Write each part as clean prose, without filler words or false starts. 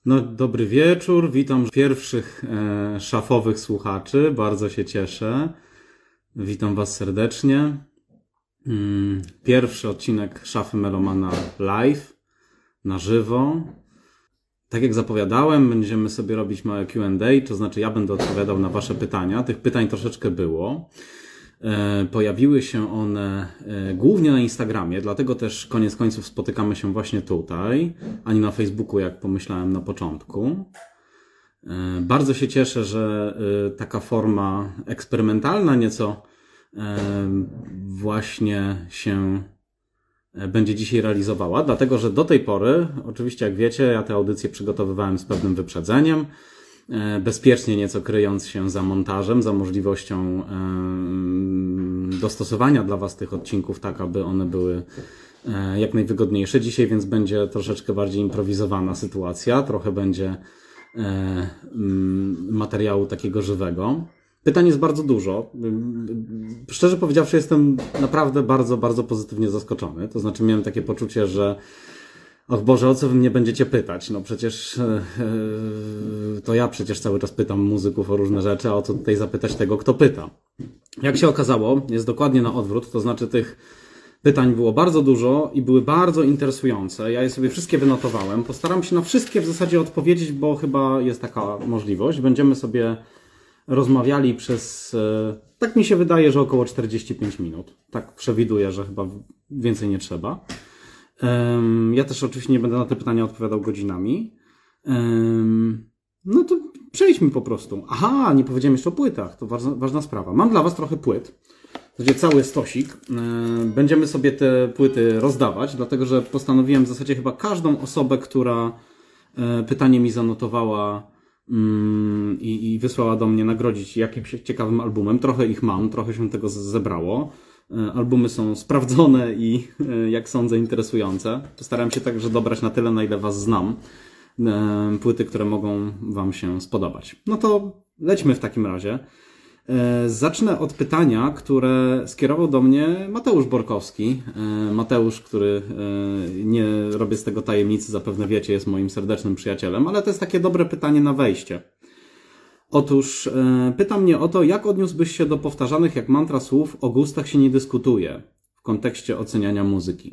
No, dobry wieczór, witam pierwszych szafowych słuchaczy, bardzo się cieszę. Witam Was serdecznie. Pierwszy odcinek Szafy Melomana live, na żywo. Tak jak zapowiadałem, będziemy sobie robić małe Q&A, to znaczy ja będę odpowiadał na Wasze pytania. Tych pytań troszeczkę było. Pojawiły się one głównie na Instagramie, dlatego też koniec końców spotykamy się właśnie tutaj, a nie na Facebooku, jak pomyślałem na początku. Bardzo się cieszę, że taka forma eksperymentalna nieco właśnie się będzie dzisiaj realizowała, dlatego że do tej pory, oczywiście jak wiecie, ja te audycje przygotowywałem z pewnym wyprzedzeniem, bezpiecznie nieco kryjąc się za montażem, za możliwością dostosowania dla Was tych odcinków tak, aby one były jak najwygodniejsze. Dzisiaj więc będzie troszeczkę bardziej improwizowana sytuacja, trochę będzie materiału takiego żywego. Pytań jest bardzo dużo. Szczerze powiedziawszy, jestem naprawdę bardzo, bardzo pozytywnie zaskoczony. To znaczy miałem takie poczucie, że och Boże, o co wy mnie będziecie pytać? No przecież to ja przecież cały czas pytam muzyków o różne rzeczy, a o co tutaj zapytać tego, kto pyta? Jak się okazało, jest dokładnie na odwrót, to znaczy tych pytań było bardzo dużo i były bardzo interesujące. Ja je sobie wszystkie wynotowałem. Postaram się na wszystkie w zasadzie odpowiedzieć, bo chyba jest taka możliwość. Będziemy sobie rozmawiali przez, tak mi się wydaje, że około 45 minut. Tak przewiduję, że chyba więcej nie trzeba. Ja też oczywiście nie będę na te pytania odpowiadał godzinami. No to przejdźmy po prostu. Aha, nie powiedziałem jeszcze o płytach. To ważna sprawa. Mam dla Was trochę płyt. Będzie cały stosik. Będziemy sobie te płyty rozdawać, dlatego że postanowiłem w zasadzie chyba każdą osobę, która pytanie mi zanotowała i wysłała do mnie, nagrodzić jakimś ciekawym albumem. Trochę ich mam, trochę się tego zebrało. Albumy są sprawdzone i, jak sądzę, interesujące. Postarałem się także dobrać na tyle, na ile Was znam. Płyty, które mogą Wam się spodobać. No to lećmy w takim razie. Zacznę od pytania, które skierował do mnie Mateusz Borkowski. Mateusz, który, nie robię z tego tajemnicy, zapewne wiecie, jest moim serdecznym przyjacielem, ale to jest takie dobre pytanie na wejście. Otóż pyta mnie o to, jak odniósłbyś się do powtarzanych jak mantra słów "o gustach się nie dyskutuje" w kontekście oceniania muzyki.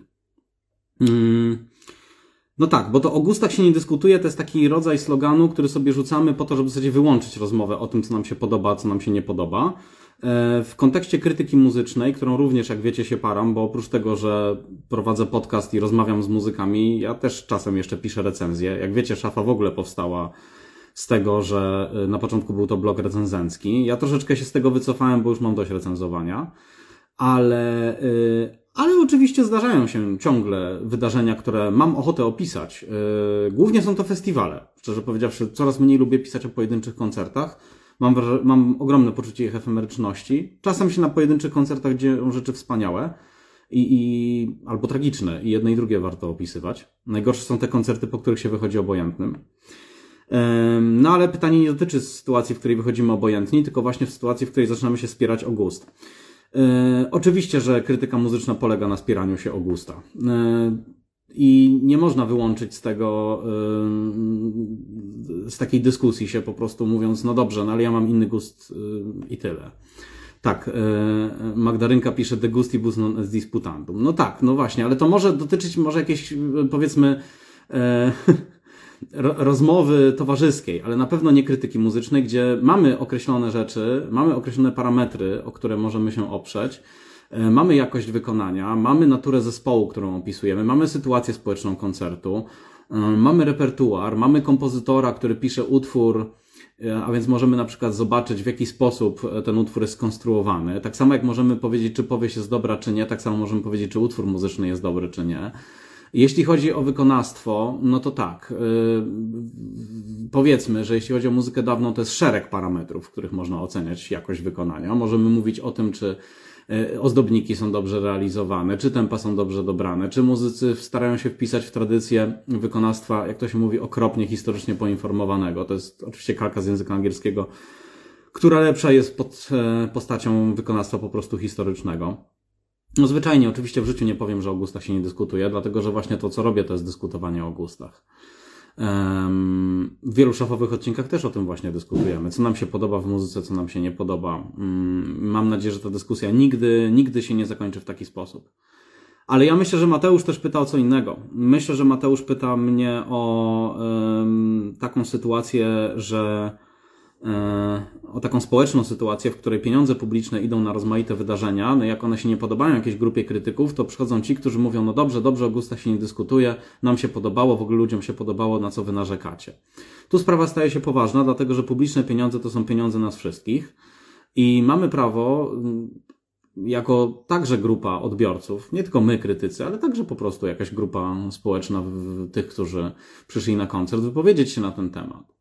No tak, bo to "o gustach się nie dyskutuje" to jest taki rodzaj sloganu, który sobie rzucamy po to, żeby w zasadzie wyłączyć rozmowę o tym, co nam się podoba, a co nam się nie podoba. W kontekście krytyki muzycznej, którą również, jak wiecie, się param, bo oprócz tego, że prowadzę podcast i rozmawiam z muzykami, ja też czasem jeszcze piszę recenzje. Jak wiecie, Szafa w ogóle powstała z tego, że na początku był to blog recenzencki. Ja troszeczkę się z tego wycofałem, bo już mam dość recenzowania, ale oczywiście zdarzają się ciągle wydarzenia, które mam ochotę opisać. Głównie są to festiwale. Szczerze powiedziawszy, coraz mniej lubię pisać o pojedynczych koncertach. Mam ogromne poczucie ich efemeryczności. Czasem się na pojedynczych koncertach dzieją rzeczy wspaniałe albo tragiczne i jedne i drugie warto opisywać. Najgorsze są te koncerty, po których się wychodzi obojętnym. No ale pytanie nie dotyczy sytuacji, w której wychodzimy obojętni, tylko właśnie w sytuacji, w której zaczynamy się spierać o gust. Oczywiście, że krytyka muzyczna polega na spieraniu się o gusta. I nie można wyłączyć z tego, z takiej dyskusji się po prostu mówiąc, no dobrze, no ale ja mam inny gust i tyle. Tak, Magdarynka pisze "de gustibus non est disputandum". No tak, no właśnie, ale to może dotyczyć jakiejś, powiedzmy, rozmowy towarzyskiej, ale na pewno nie krytyki muzycznej, gdzie mamy określone rzeczy, mamy określone parametry, o które możemy się oprzeć, mamy jakość wykonania, mamy naturę zespołu, którą opisujemy, mamy sytuację społeczną koncertu, mamy repertuar, mamy kompozytora, który pisze utwór, a więc możemy na przykład zobaczyć, w jaki sposób ten utwór jest skonstruowany. Tak samo jak możemy powiedzieć, czy powieść jest dobra, czy nie, tak samo możemy powiedzieć, czy utwór muzyczny jest dobry, czy nie. Jeśli chodzi o wykonawstwo, no to tak, powiedzmy, że jeśli chodzi o muzykę dawną, to jest szereg parametrów, w których można oceniać jakość wykonania. Możemy mówić o tym, czy ozdobniki są dobrze realizowane, czy tempa są dobrze dobrane, czy muzycy starają się wpisać w tradycję wykonawstwa, jak to się mówi, okropnie historycznie poinformowanego. To jest oczywiście kalka z języka angielskiego, która lepsza jest pod postacią wykonawstwa po prostu historycznego. No zwyczajnie, oczywiście w życiu nie powiem, że o gustach się nie dyskutuje, dlatego że właśnie to, co robię, to jest dyskutowanie o gustach. w wielu szafowych odcinkach też o tym właśnie dyskutujemy. Co nam się podoba w muzyce, co nam się nie podoba. Mam nadzieję, że ta dyskusja nigdy się nie zakończy w taki sposób. Ale ja myślę, że Mateusz też pyta o co innego. Myślę, że Mateusz pyta mnie o taką sytuację, o taką społeczną sytuację, w której pieniądze publiczne idą na rozmaite wydarzenia, no jak one się nie podobają jakiejś grupie krytyków, to przychodzą ci, którzy mówią, no dobrze, o gustach się nie dyskutuje, nam się podobało, w ogóle ludziom się podobało, na co wy narzekacie. Tu sprawa staje się poważna, dlatego że publiczne pieniądze to są pieniądze nas wszystkich i mamy prawo, jako także grupa odbiorców, nie tylko my krytycy, ale także po prostu jakaś grupa społeczna tych, którzy przyszli na koncert, wypowiedzieć się na ten temat.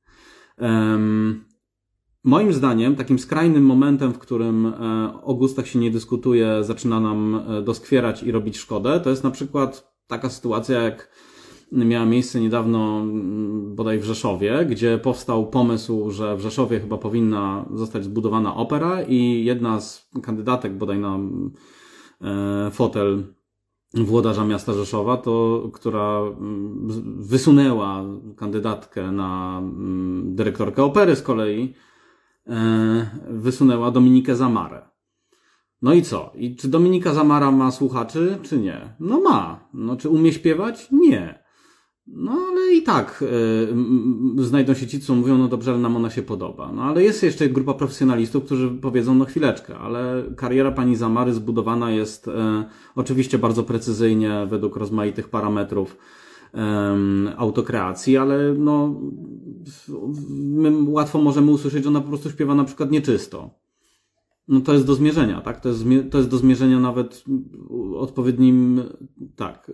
Moim zdaniem takim skrajnym momentem, w którym o gustach się nie dyskutuje, zaczyna nam doskwierać i robić szkodę, to jest na przykład taka sytuacja, jak miała miejsce niedawno bodaj w Rzeszowie, gdzie powstał pomysł, że w Rzeszowie chyba powinna zostać zbudowana opera i jedna z kandydatek bodaj na fotel włodarza miasta Rzeszowa, która wysunęła kandydatkę na dyrektorkę opery z kolei, wysunęła Dominikę Zamarę. No i co? I czy Dominika Zamara ma słuchaczy, czy nie? No ma. No czy umie śpiewać? Nie. No ale i tak znajdą się ci, co mówią, no dobrze, ale nam ona się podoba. No ale jest jeszcze grupa profesjonalistów, którzy powiedzą, no chwileczkę, ale kariera pani Zamary zbudowana jest oczywiście bardzo precyzyjnie według rozmaitych parametrów autokreacji, ale no my łatwo możemy usłyszeć, że ona po prostu śpiewa na przykład nieczysto. No to jest do zmierzenia, tak? To jest do zmierzenia nawet odpowiednim, tak.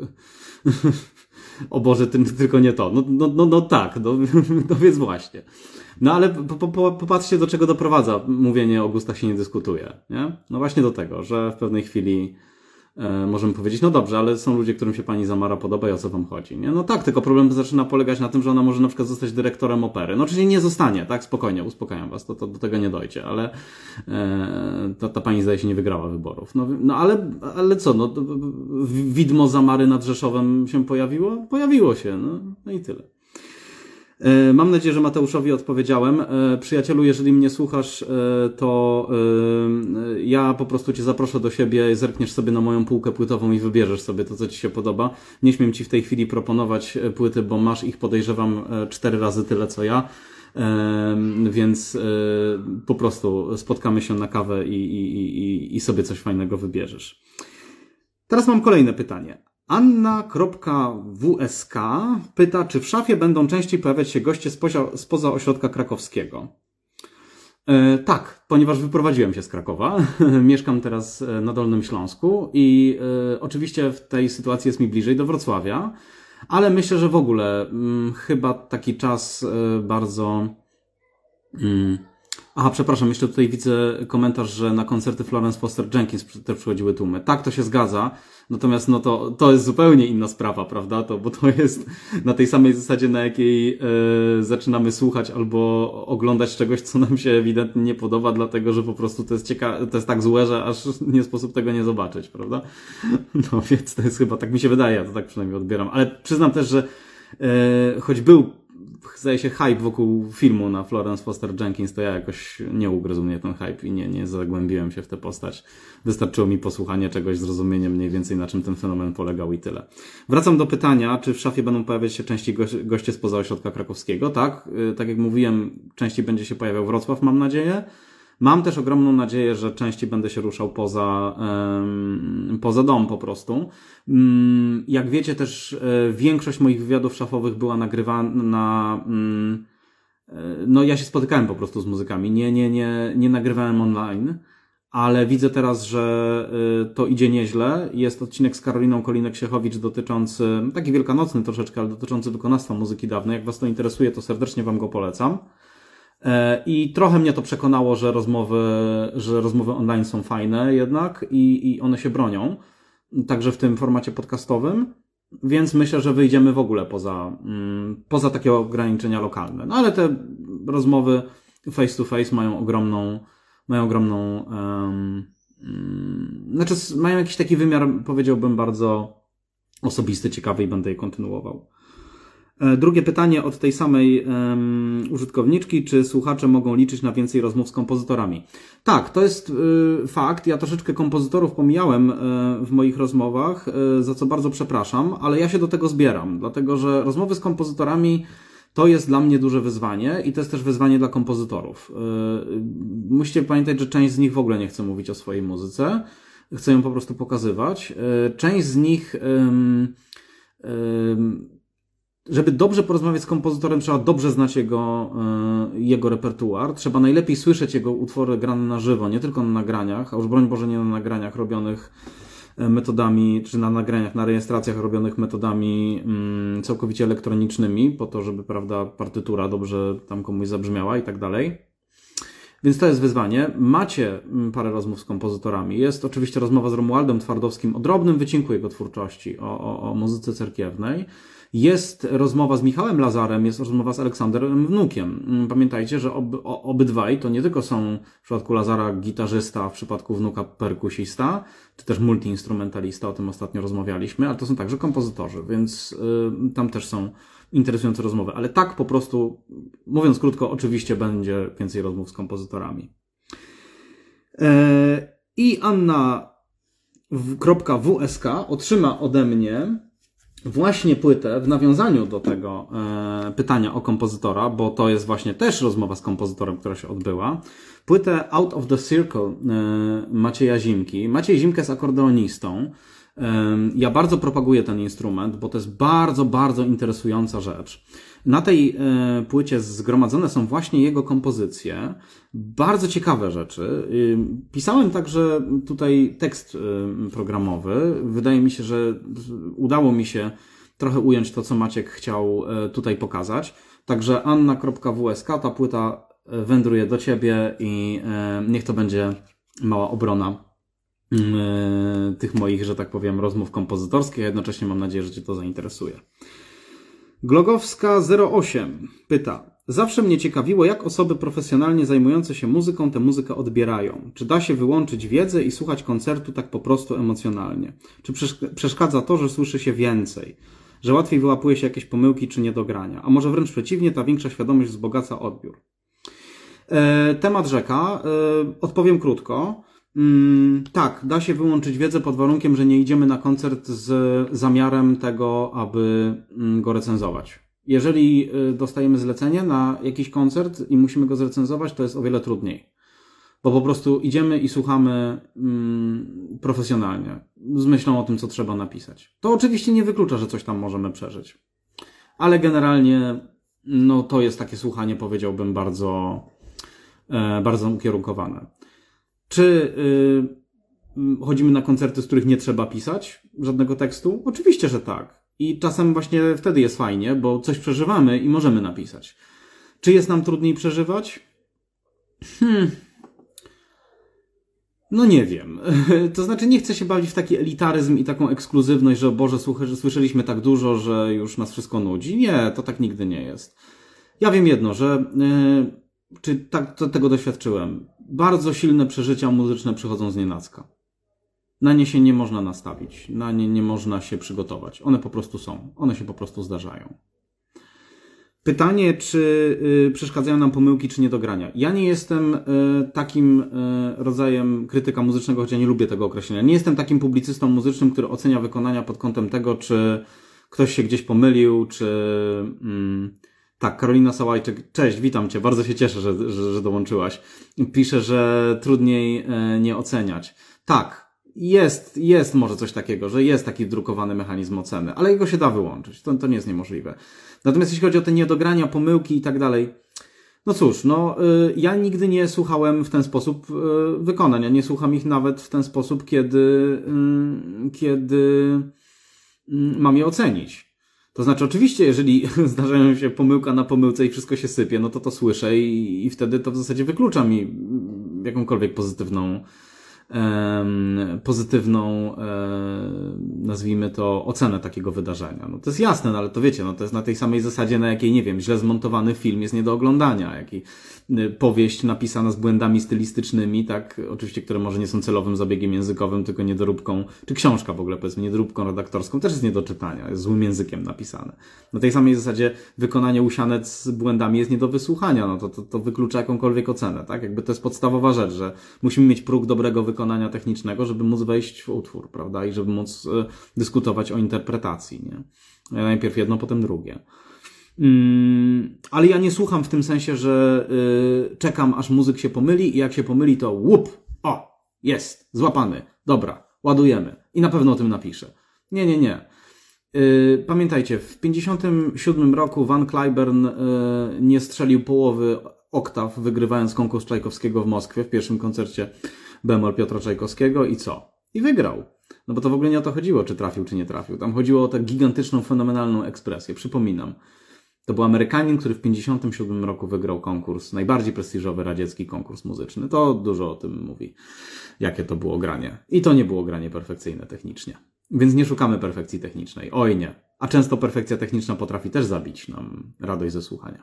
O Boże, tylko nie to. No tak, no więc właśnie. No ale popatrzcie, do czego doprowadza mówienie o gustach się nie dyskutuje, nie? No właśnie do tego, że w pewnej chwili możemy powiedzieć, no dobrze, ale są ludzie, którym się pani Zamara podoba i o co wam chodzi, nie? No tak, tylko problem zaczyna polegać na tym, że ona może na przykład zostać dyrektorem opery. No oczywiście nie zostanie, tak? Spokojnie, uspokajam was, to do tego nie dojdzie, ale ta pani zdaje się nie wygrała wyborów. No ale co, no widmo Zamary nad Rzeszowem się pojawiło? Pojawiło się, no i tyle. Mam nadzieję, że Mateuszowi odpowiedziałem. Przyjacielu, jeżeli mnie słuchasz, to ja po prostu cię zaproszę do siebie, zerkniesz sobie na moją półkę płytową i wybierzesz sobie to, co ci się podoba. Nie śmiem ci w tej chwili proponować płyty, bo masz ich, podejrzewam, 4 razy tyle, co ja. Więc po prostu spotkamy się na kawę i sobie coś fajnego wybierzesz. Teraz mam kolejne pytanie. Anna.wsk pyta, czy w szafie będą częściej pojawiać się goście spoza ośrodka krakowskiego? Tak, ponieważ wyprowadziłem się z Krakowa. Mieszkam teraz na Dolnym Śląsku i oczywiście w tej sytuacji jest mi bliżej do Wrocławia, ale myślę, że w ogóle chyba taki czas bardzo... Aha, przepraszam, jeszcze tutaj widzę komentarz, że na koncerty Florence Foster Jenkins też przychodziły tłumy. Tak, to się zgadza, natomiast no to jest zupełnie inna sprawa, prawda? Bo to jest na tej samej zasadzie, na jakiej zaczynamy słuchać albo oglądać czegoś, co nam się ewidentnie nie podoba, dlatego że po prostu to jest tak złe, że aż nie sposób tego nie zobaczyć, prawda? No więc to jest chyba, tak mi się wydaje, ja to tak przynajmniej odbieram. Ale przyznam też, że choć był, zdaje się, hype wokół filmu na Florence Foster Jenkins, to ja jakoś nie ugryzł mnie ten hype i nie zagłębiłem się w tę postać. Wystarczyło mi posłuchanie czegoś, zrozumienie mniej więcej, na czym ten fenomen polegał i tyle. Wracam do pytania, czy w szafie będą pojawiać się częściej goście spoza ośrodka krakowskiego? Tak, tak jak mówiłem, częściej będzie się pojawiał Wrocław, mam nadzieję. Mam też ogromną nadzieję, że częściej będę się ruszał poza dom po prostu. Jak wiecie też, większość moich wywiadów szafowych była nagrywana no ja się spotykałem po prostu z muzykami, nie nagrywałem online, ale widzę teraz, że to idzie nieźle. Jest odcinek z Karoliną Kolinek-Siechowicz dotyczący, taki wielkanocny troszeczkę, ale dotyczący wykonawstwa muzyki dawnej. Jak was to interesuje, to serdecznie wam go polecam. I trochę mnie to przekonało, że rozmowy online są fajne jednak i one się bronią, także w tym formacie podcastowym, więc myślę, że wyjdziemy w ogóle poza takie ograniczenia lokalne. No ale te rozmowy face to face znaczy mają jakiś taki wymiar, powiedziałbym, bardzo osobisty, ciekawy i będę je kontynuował. Drugie pytanie od tej samej użytkowniczki, czy słuchacze mogą liczyć na więcej rozmów z kompozytorami? Tak, to jest fakt. Ja troszeczkę kompozytorów pomijałem w moich rozmowach, za co bardzo przepraszam, ale ja się do tego zbieram, dlatego że rozmowy z kompozytorami to jest dla mnie duże wyzwanie i to jest też wyzwanie dla kompozytorów. Musicie pamiętać, że część z nich w ogóle nie chce mówić o swojej muzyce, chce ją po prostu pokazywać. Część z nich żeby dobrze porozmawiać z kompozytorem, trzeba dobrze znać jego repertuar. Trzeba najlepiej słyszeć jego utwory grane na żywo, nie tylko na nagraniach, a już broń Boże nie na nagraniach robionych metodami, czy na nagraniach, na rejestracjach robionych metodami całkowicie elektronicznymi, po to, żeby, prawda, partytura dobrze tam komuś zabrzmiała i tak dalej. Więc to jest wyzwanie. Macie parę rozmów z kompozytorami. Jest oczywiście rozmowa z Romualdem Twardowskim o drobnym wycinku jego twórczości, o muzyce cerkiewnej. Jest rozmowa z Michałem Lazarem, jest rozmowa z Aleksanderem Wnukiem. Pamiętajcie, że obydwaj to nie tylko są w przypadku Lazara gitarzysta, w przypadku Wnuka perkusista, czy też multiinstrumentalista, o tym ostatnio rozmawialiśmy, ale to są także kompozytorzy, więc tam też są interesujące rozmowy. Ale tak po prostu, mówiąc krótko, oczywiście będzie więcej rozmów z kompozytorami. I Anna.WSK otrzyma ode mnie właśnie płytę w nawiązaniu do tego pytania o kompozytora, bo to jest właśnie też rozmowa z kompozytorem, która się odbyła. Płytę Out of the Circle Macieja Zimki. Maciej Zimka jest akordeonistą. Ja bardzo propaguję ten instrument, bo to jest bardzo, bardzo interesująca rzecz. Na tej płycie zgromadzone są właśnie jego kompozycje. Bardzo ciekawe rzeczy. Pisałem także tutaj tekst programowy. Wydaje mi się, że udało mi się trochę ująć to, co Maciek chciał tutaj pokazać. Także Anna.WSK, ta płyta wędruje do Ciebie i niech to będzie mała obrona tych moich, że tak powiem, rozmów kompozytorskich, a jednocześnie mam nadzieję, że Cię to zainteresuje. Glogowska 08 pyta: zawsze mnie ciekawiło, jak osoby profesjonalnie zajmujące się muzyką tę muzykę odbierają. Czy da się wyłączyć wiedzę i słuchać koncertu tak po prostu emocjonalnie? Czy przeszkadza to, że słyszy się więcej? Że łatwiej wyłapuje się jakieś pomyłki czy niedogrania? A może wręcz przeciwnie, ta większa świadomość wzbogaca odbiór? Temat rzeka. Odpowiem krótko. Tak, da się wyłączyć wiedzę pod warunkiem, że nie idziemy na koncert z zamiarem tego, aby go recenzować. Jeżeli dostajemy zlecenie na jakiś koncert i musimy go zrecenzować, to jest o wiele trudniej. Bo po prostu idziemy i słuchamy profesjonalnie, z myślą o tym, co trzeba napisać. To oczywiście nie wyklucza, że coś tam możemy przeżyć. Ale generalnie no, to jest takie słuchanie, powiedziałbym, bardzo, bardzo ukierunkowane. Czy chodzimy na koncerty, z których nie trzeba pisać żadnego tekstu? Oczywiście, że tak. I czasem właśnie wtedy jest fajnie, bo coś przeżywamy i możemy napisać. Czy jest nam trudniej przeżywać? No nie wiem. To znaczy nie chcę się bawić w taki elitaryzm i taką ekskluzywność, że o Boże, że słyszeliśmy tak dużo, że już nas wszystko nudzi. Nie, to tak nigdy nie jest. Ja wiem jedno, że czy tak tego doświadczyłem. Bardzo silne przeżycia muzyczne przychodzą znienacka. Na nie się nie można nastawić. Na nie nie można się przygotować. One po prostu są. One się po prostu zdarzają. Pytanie, czy przeszkadzają nam pomyłki, czy niedogrania. Ja nie jestem takim rodzajem krytyka muzycznego, choć ja nie lubię tego określenia. Nie jestem takim publicystą muzycznym, który ocenia wykonania pod kątem tego, czy ktoś się gdzieś pomylił, czy... Tak, Karolina Sałajczyk, cześć, witam Cię, bardzo się cieszę, że dołączyłaś. Pisze, że trudniej nie oceniać. Tak, jest może coś takiego, że jest taki drukowany mechanizm oceny, ale jego się da wyłączyć, to nie jest niemożliwe. Natomiast jeśli chodzi o te niedogrania, pomyłki i tak dalej, no cóż, ja nigdy nie słuchałem w ten sposób wykonań, ja nie słucham ich nawet w ten sposób, kiedy mam je ocenić. To znaczy, oczywiście, jeżeli zdarzają się pomyłka na pomyłce i wszystko się sypie, no to słyszę i wtedy to w zasadzie wyklucza mi jakąkolwiek pozytywną pozytywną, nazwijmy to, ocenę takiego wydarzenia. No to jest jasne, no ale to wiecie, no to jest na tej samej zasadzie, na jakiej, nie wiem, źle zmontowany film jest nie do oglądania, jaki powieść napisana z błędami stylistycznymi, tak, oczywiście, które może nie są celowym zabiegiem językowym, tylko niedoróbką, czy książka w ogóle, powiedzmy, niedoróbką redaktorską, też jest nie do czytania, jest złym językiem napisane. Na tej samej zasadzie wykonanie usiane z błędami jest nie do wysłuchania, no to wyklucza jakąkolwiek ocenę, tak, jakby to jest podstawowa rzecz, że musimy mieć próg dobrego wykonania technicznego, żeby móc wejść w utwór, prawda, i żeby móc dyskutować o interpretacji, nie? Najpierw jedno, potem drugie. Ale ja nie słucham w tym sensie, że czekam, aż muzyk się pomyli i jak się pomyli, to łup, o, jest, złapany, dobra, ładujemy i na pewno o tym napiszę. Nie. Pamiętajcie, w 1957 roku Van Cliburn nie strzelił połowy oktaw, wygrywając konkurs Czajkowskiego w Moskwie w pierwszym koncercie bemol Piotra Czajkowskiego i co? I wygrał. No bo to w ogóle nie o to chodziło, czy trafił, czy nie trafił. Tam chodziło o tę gigantyczną, fenomenalną ekspresję. Przypominam. To był Amerykanin, który w 1957 roku wygrał konkurs, najbardziej prestiżowy radziecki konkurs muzyczny. To dużo o tym mówi, jakie to było granie. I to nie było granie perfekcyjne technicznie. Więc nie szukamy perfekcji technicznej. Oj nie. A często perfekcja techniczna potrafi też zabić nam radość ze słuchania.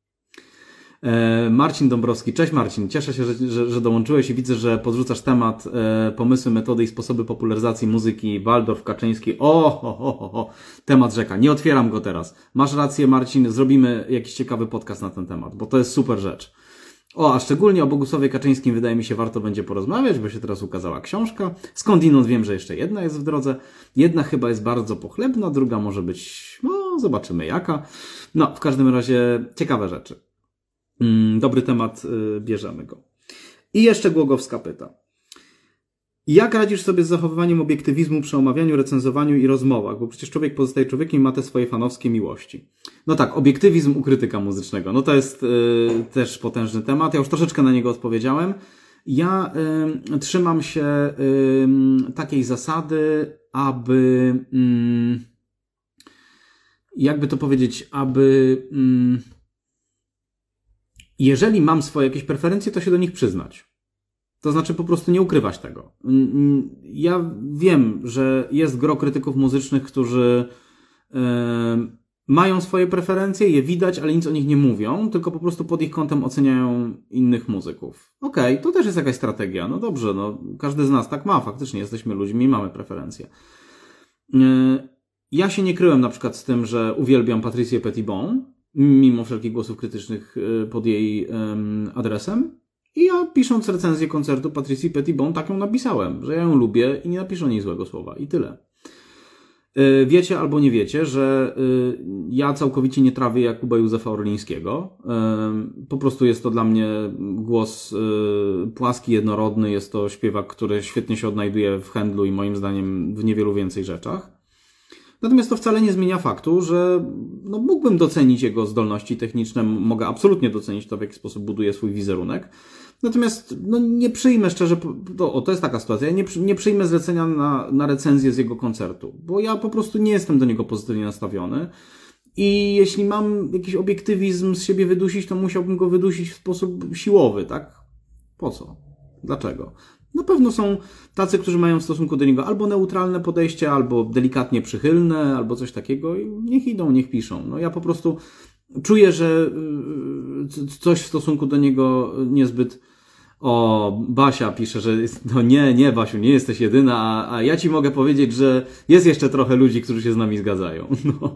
Marcin Dąbrowski. Cześć Marcin, cieszę się, że dołączyłeś i widzę, że podrzucasz temat pomysły, metody i sposoby popularyzacji muzyki Waldorf, Kaczyński. Temat rzeka. Nie otwieram go teraz. Masz rację Marcin, zrobimy jakiś ciekawy podcast na ten temat, bo to jest super rzecz. A szczególnie o Bogusławie Kaczyńskim wydaje mi się warto będzie porozmawiać, bo się teraz ukazała książka. Skądinąd wiem, że jeszcze jedna jest w drodze. Jedna chyba jest bardzo pochlebna, druga może być, zobaczymy jaka. No, w każdym razie ciekawe rzeczy. Dobry temat, bierzemy go. I jeszcze Głogowska pyta. Jak radzisz sobie z zachowywaniem obiektywizmu przy omawianiu, recenzowaniu i rozmowach? Bo przecież człowiek pozostaje człowiekiem i ma te swoje fanowskie miłości. No tak, obiektywizm u krytyka muzycznego. No to jest też potężny temat. Ja już troszeczkę na niego odpowiedziałem. Ja trzymam się takiej zasady, aby jakby to powiedzieć, aby jeżeli mam swoje jakieś preferencje, to się do nich przyznać. To znaczy po prostu nie ukrywać tego. Ja wiem, że jest gro krytyków muzycznych, którzy mają swoje preferencje, je widać, ale nic o nich nie mówią, tylko po prostu pod ich kątem oceniają innych muzyków. Okej, to też jest jakaś strategia. No dobrze, no każdy z nas tak ma, faktycznie jesteśmy ludźmi i mamy preferencje. Ja się nie kryłem na przykład z tym, że uwielbiam Patricię Petitbon, mimo wszelkich głosów krytycznych pod jej adresem. I ja, pisząc recenzję koncertu Patricji Petitbon, tak ją napisałem, że ja ją lubię i nie napiszę o niej złego słowa. I tyle. Wiecie albo nie wiecie, że ja całkowicie nie trawię Jakuba Józefa Orlińskiego. Po prostu jest to dla mnie głos płaski, jednorodny. Jest to śpiewak, który świetnie się odnajduje w Händlu i moim zdaniem w niewielu więcej rzeczach. Natomiast to wcale nie zmienia faktu, że mógłbym docenić jego zdolności techniczne, mogę absolutnie docenić to, w jaki sposób buduje swój wizerunek. Natomiast nie przyjmę szczerze, to jest taka sytuacja, ja nie przyjmę zlecenia na recenzję z jego koncertu, bo ja po prostu nie jestem do niego pozytywnie nastawiony i jeśli mam jakiś obiektywizm z siebie wydusić, to musiałbym go wydusić w sposób siłowy, tak? Po co? Dlaczego? Na pewno są tacy, którzy mają w stosunku do niego albo neutralne podejście, albo delikatnie przychylne, albo coś takiego i niech idą, niech piszą. Ja po prostu czuję, że coś w stosunku do niego niezbyt... Basia pisze, że nie Basiu, nie jesteś jedyna, a ja ci mogę powiedzieć, że jest jeszcze trochę ludzi, którzy się z nami zgadzają.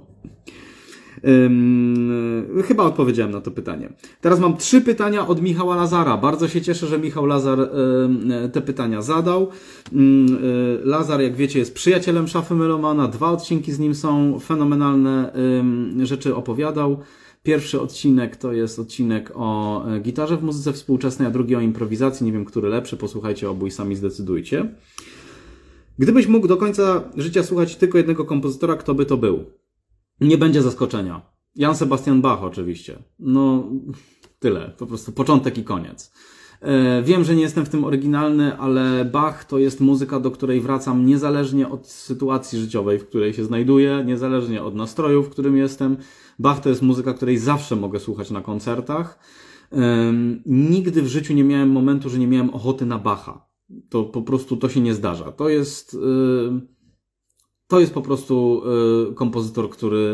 Chyba odpowiedziałem na to pytanie. Teraz mam 3 pytania od Michała Lazara. Bardzo się cieszę, że Michał Lazar te pytania zadał. Lazar, jak wiecie, jest przyjacielem Szafy Melomana. 2 odcinki z nim są. Fenomenalne rzeczy opowiadał. Pierwszy odcinek to jest odcinek o gitarze w muzyce współczesnej, a drugi o improwizacji. Nie wiem, który lepszy. Posłuchajcie obu i sami zdecydujcie. Gdybyś mógł do końca życia słuchać tylko jednego kompozytora, kto by to był? Nie będzie zaskoczenia. Jan Sebastian Bach oczywiście. Tyle. Po prostu początek i koniec. Wiem, że nie jestem w tym oryginalny, ale Bach to jest muzyka, do której wracam niezależnie od sytuacji życiowej, w której się znajduję, niezależnie od nastroju, w którym jestem. Bach to jest muzyka, której zawsze mogę słuchać na koncertach. Nigdy w życiu nie miałem momentu, że nie miałem ochoty na Bacha. To po prostu to się nie zdarza. To jest po prostu kompozytor, który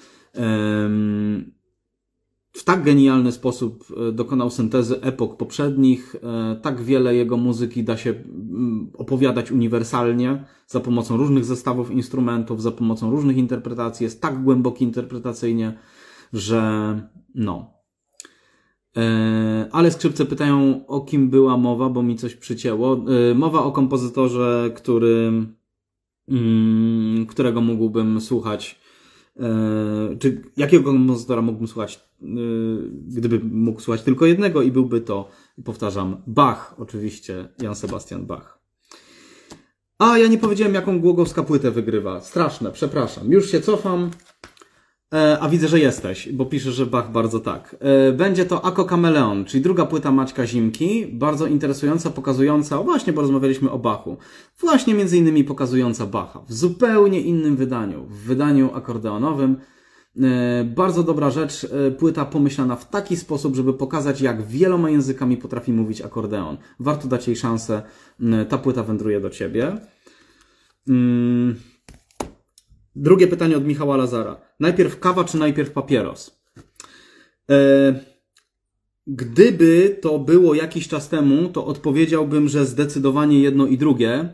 w tak genialny sposób dokonał syntezy epok poprzednich. Tak wiele jego muzyki da się opowiadać uniwersalnie za pomocą różnych zestawów instrumentów, za pomocą różnych interpretacji. Jest tak głęboki interpretacyjnie, że no. Ale skrzypce pytają, o kim była mowa, bo mi coś przycięło. Mowa o kompozytorze, którego mógłbym słuchać, czy jakiego kompozytora mógłbym słuchać, gdyby mógł słuchać tylko jednego, i byłby to, powtarzam, Bach, oczywiście, Jan Sebastian Bach. A ja nie powiedziałem, jaką Głogowska płytę wygrywa. Straszne, przepraszam. Już się cofam. A widzę, że jesteś, bo piszesz, że Bach bardzo tak. Będzie to Ako Kameleon, czyli druga płyta Maćka Zimki, bardzo interesująca, pokazująca, właśnie, bo rozmawialiśmy o Bachu, właśnie między innymi pokazująca Bacha w zupełnie innym wydaniu, w wydaniu akordeonowym. Bardzo dobra rzecz, płyta pomyślana w taki sposób, żeby pokazać, jak wieloma językami potrafi mówić akordeon. Warto dać jej szansę, ta płyta wędruje do Ciebie. Drugie pytanie od Michała Lazara. Najpierw kawa, czy najpierw papieros? Gdyby to było jakiś czas temu, to odpowiedziałbym, że zdecydowanie jedno i drugie.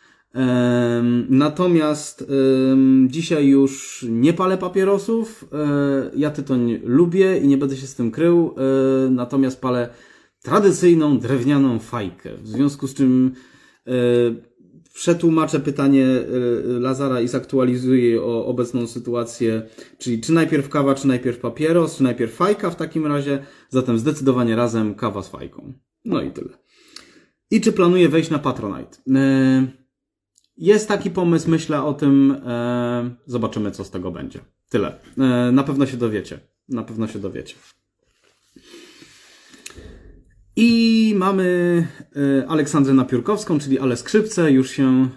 Natomiast dzisiaj już nie palę papierosów. Ja tytoń lubię i nie będę się z tym krył. Natomiast palę tradycyjną, drewnianą fajkę. W związku z czym przetłumaczę pytanie Lazara i zaktualizuję o obecną sytuację, czyli czy najpierw kawa, czy najpierw papieros, czy najpierw fajka w takim razie. Zatem zdecydowanie razem kawa z fajką. No i tyle. I czy planuję wejść na Patronite? Jest taki pomysł, myślę o tym. Zobaczymy, co z tego będzie. Tyle. Na pewno się dowiecie. Na pewno się dowiecie. I mamy Aleksandrę Napiórkowską, czyli Ale Skrzypce, już się...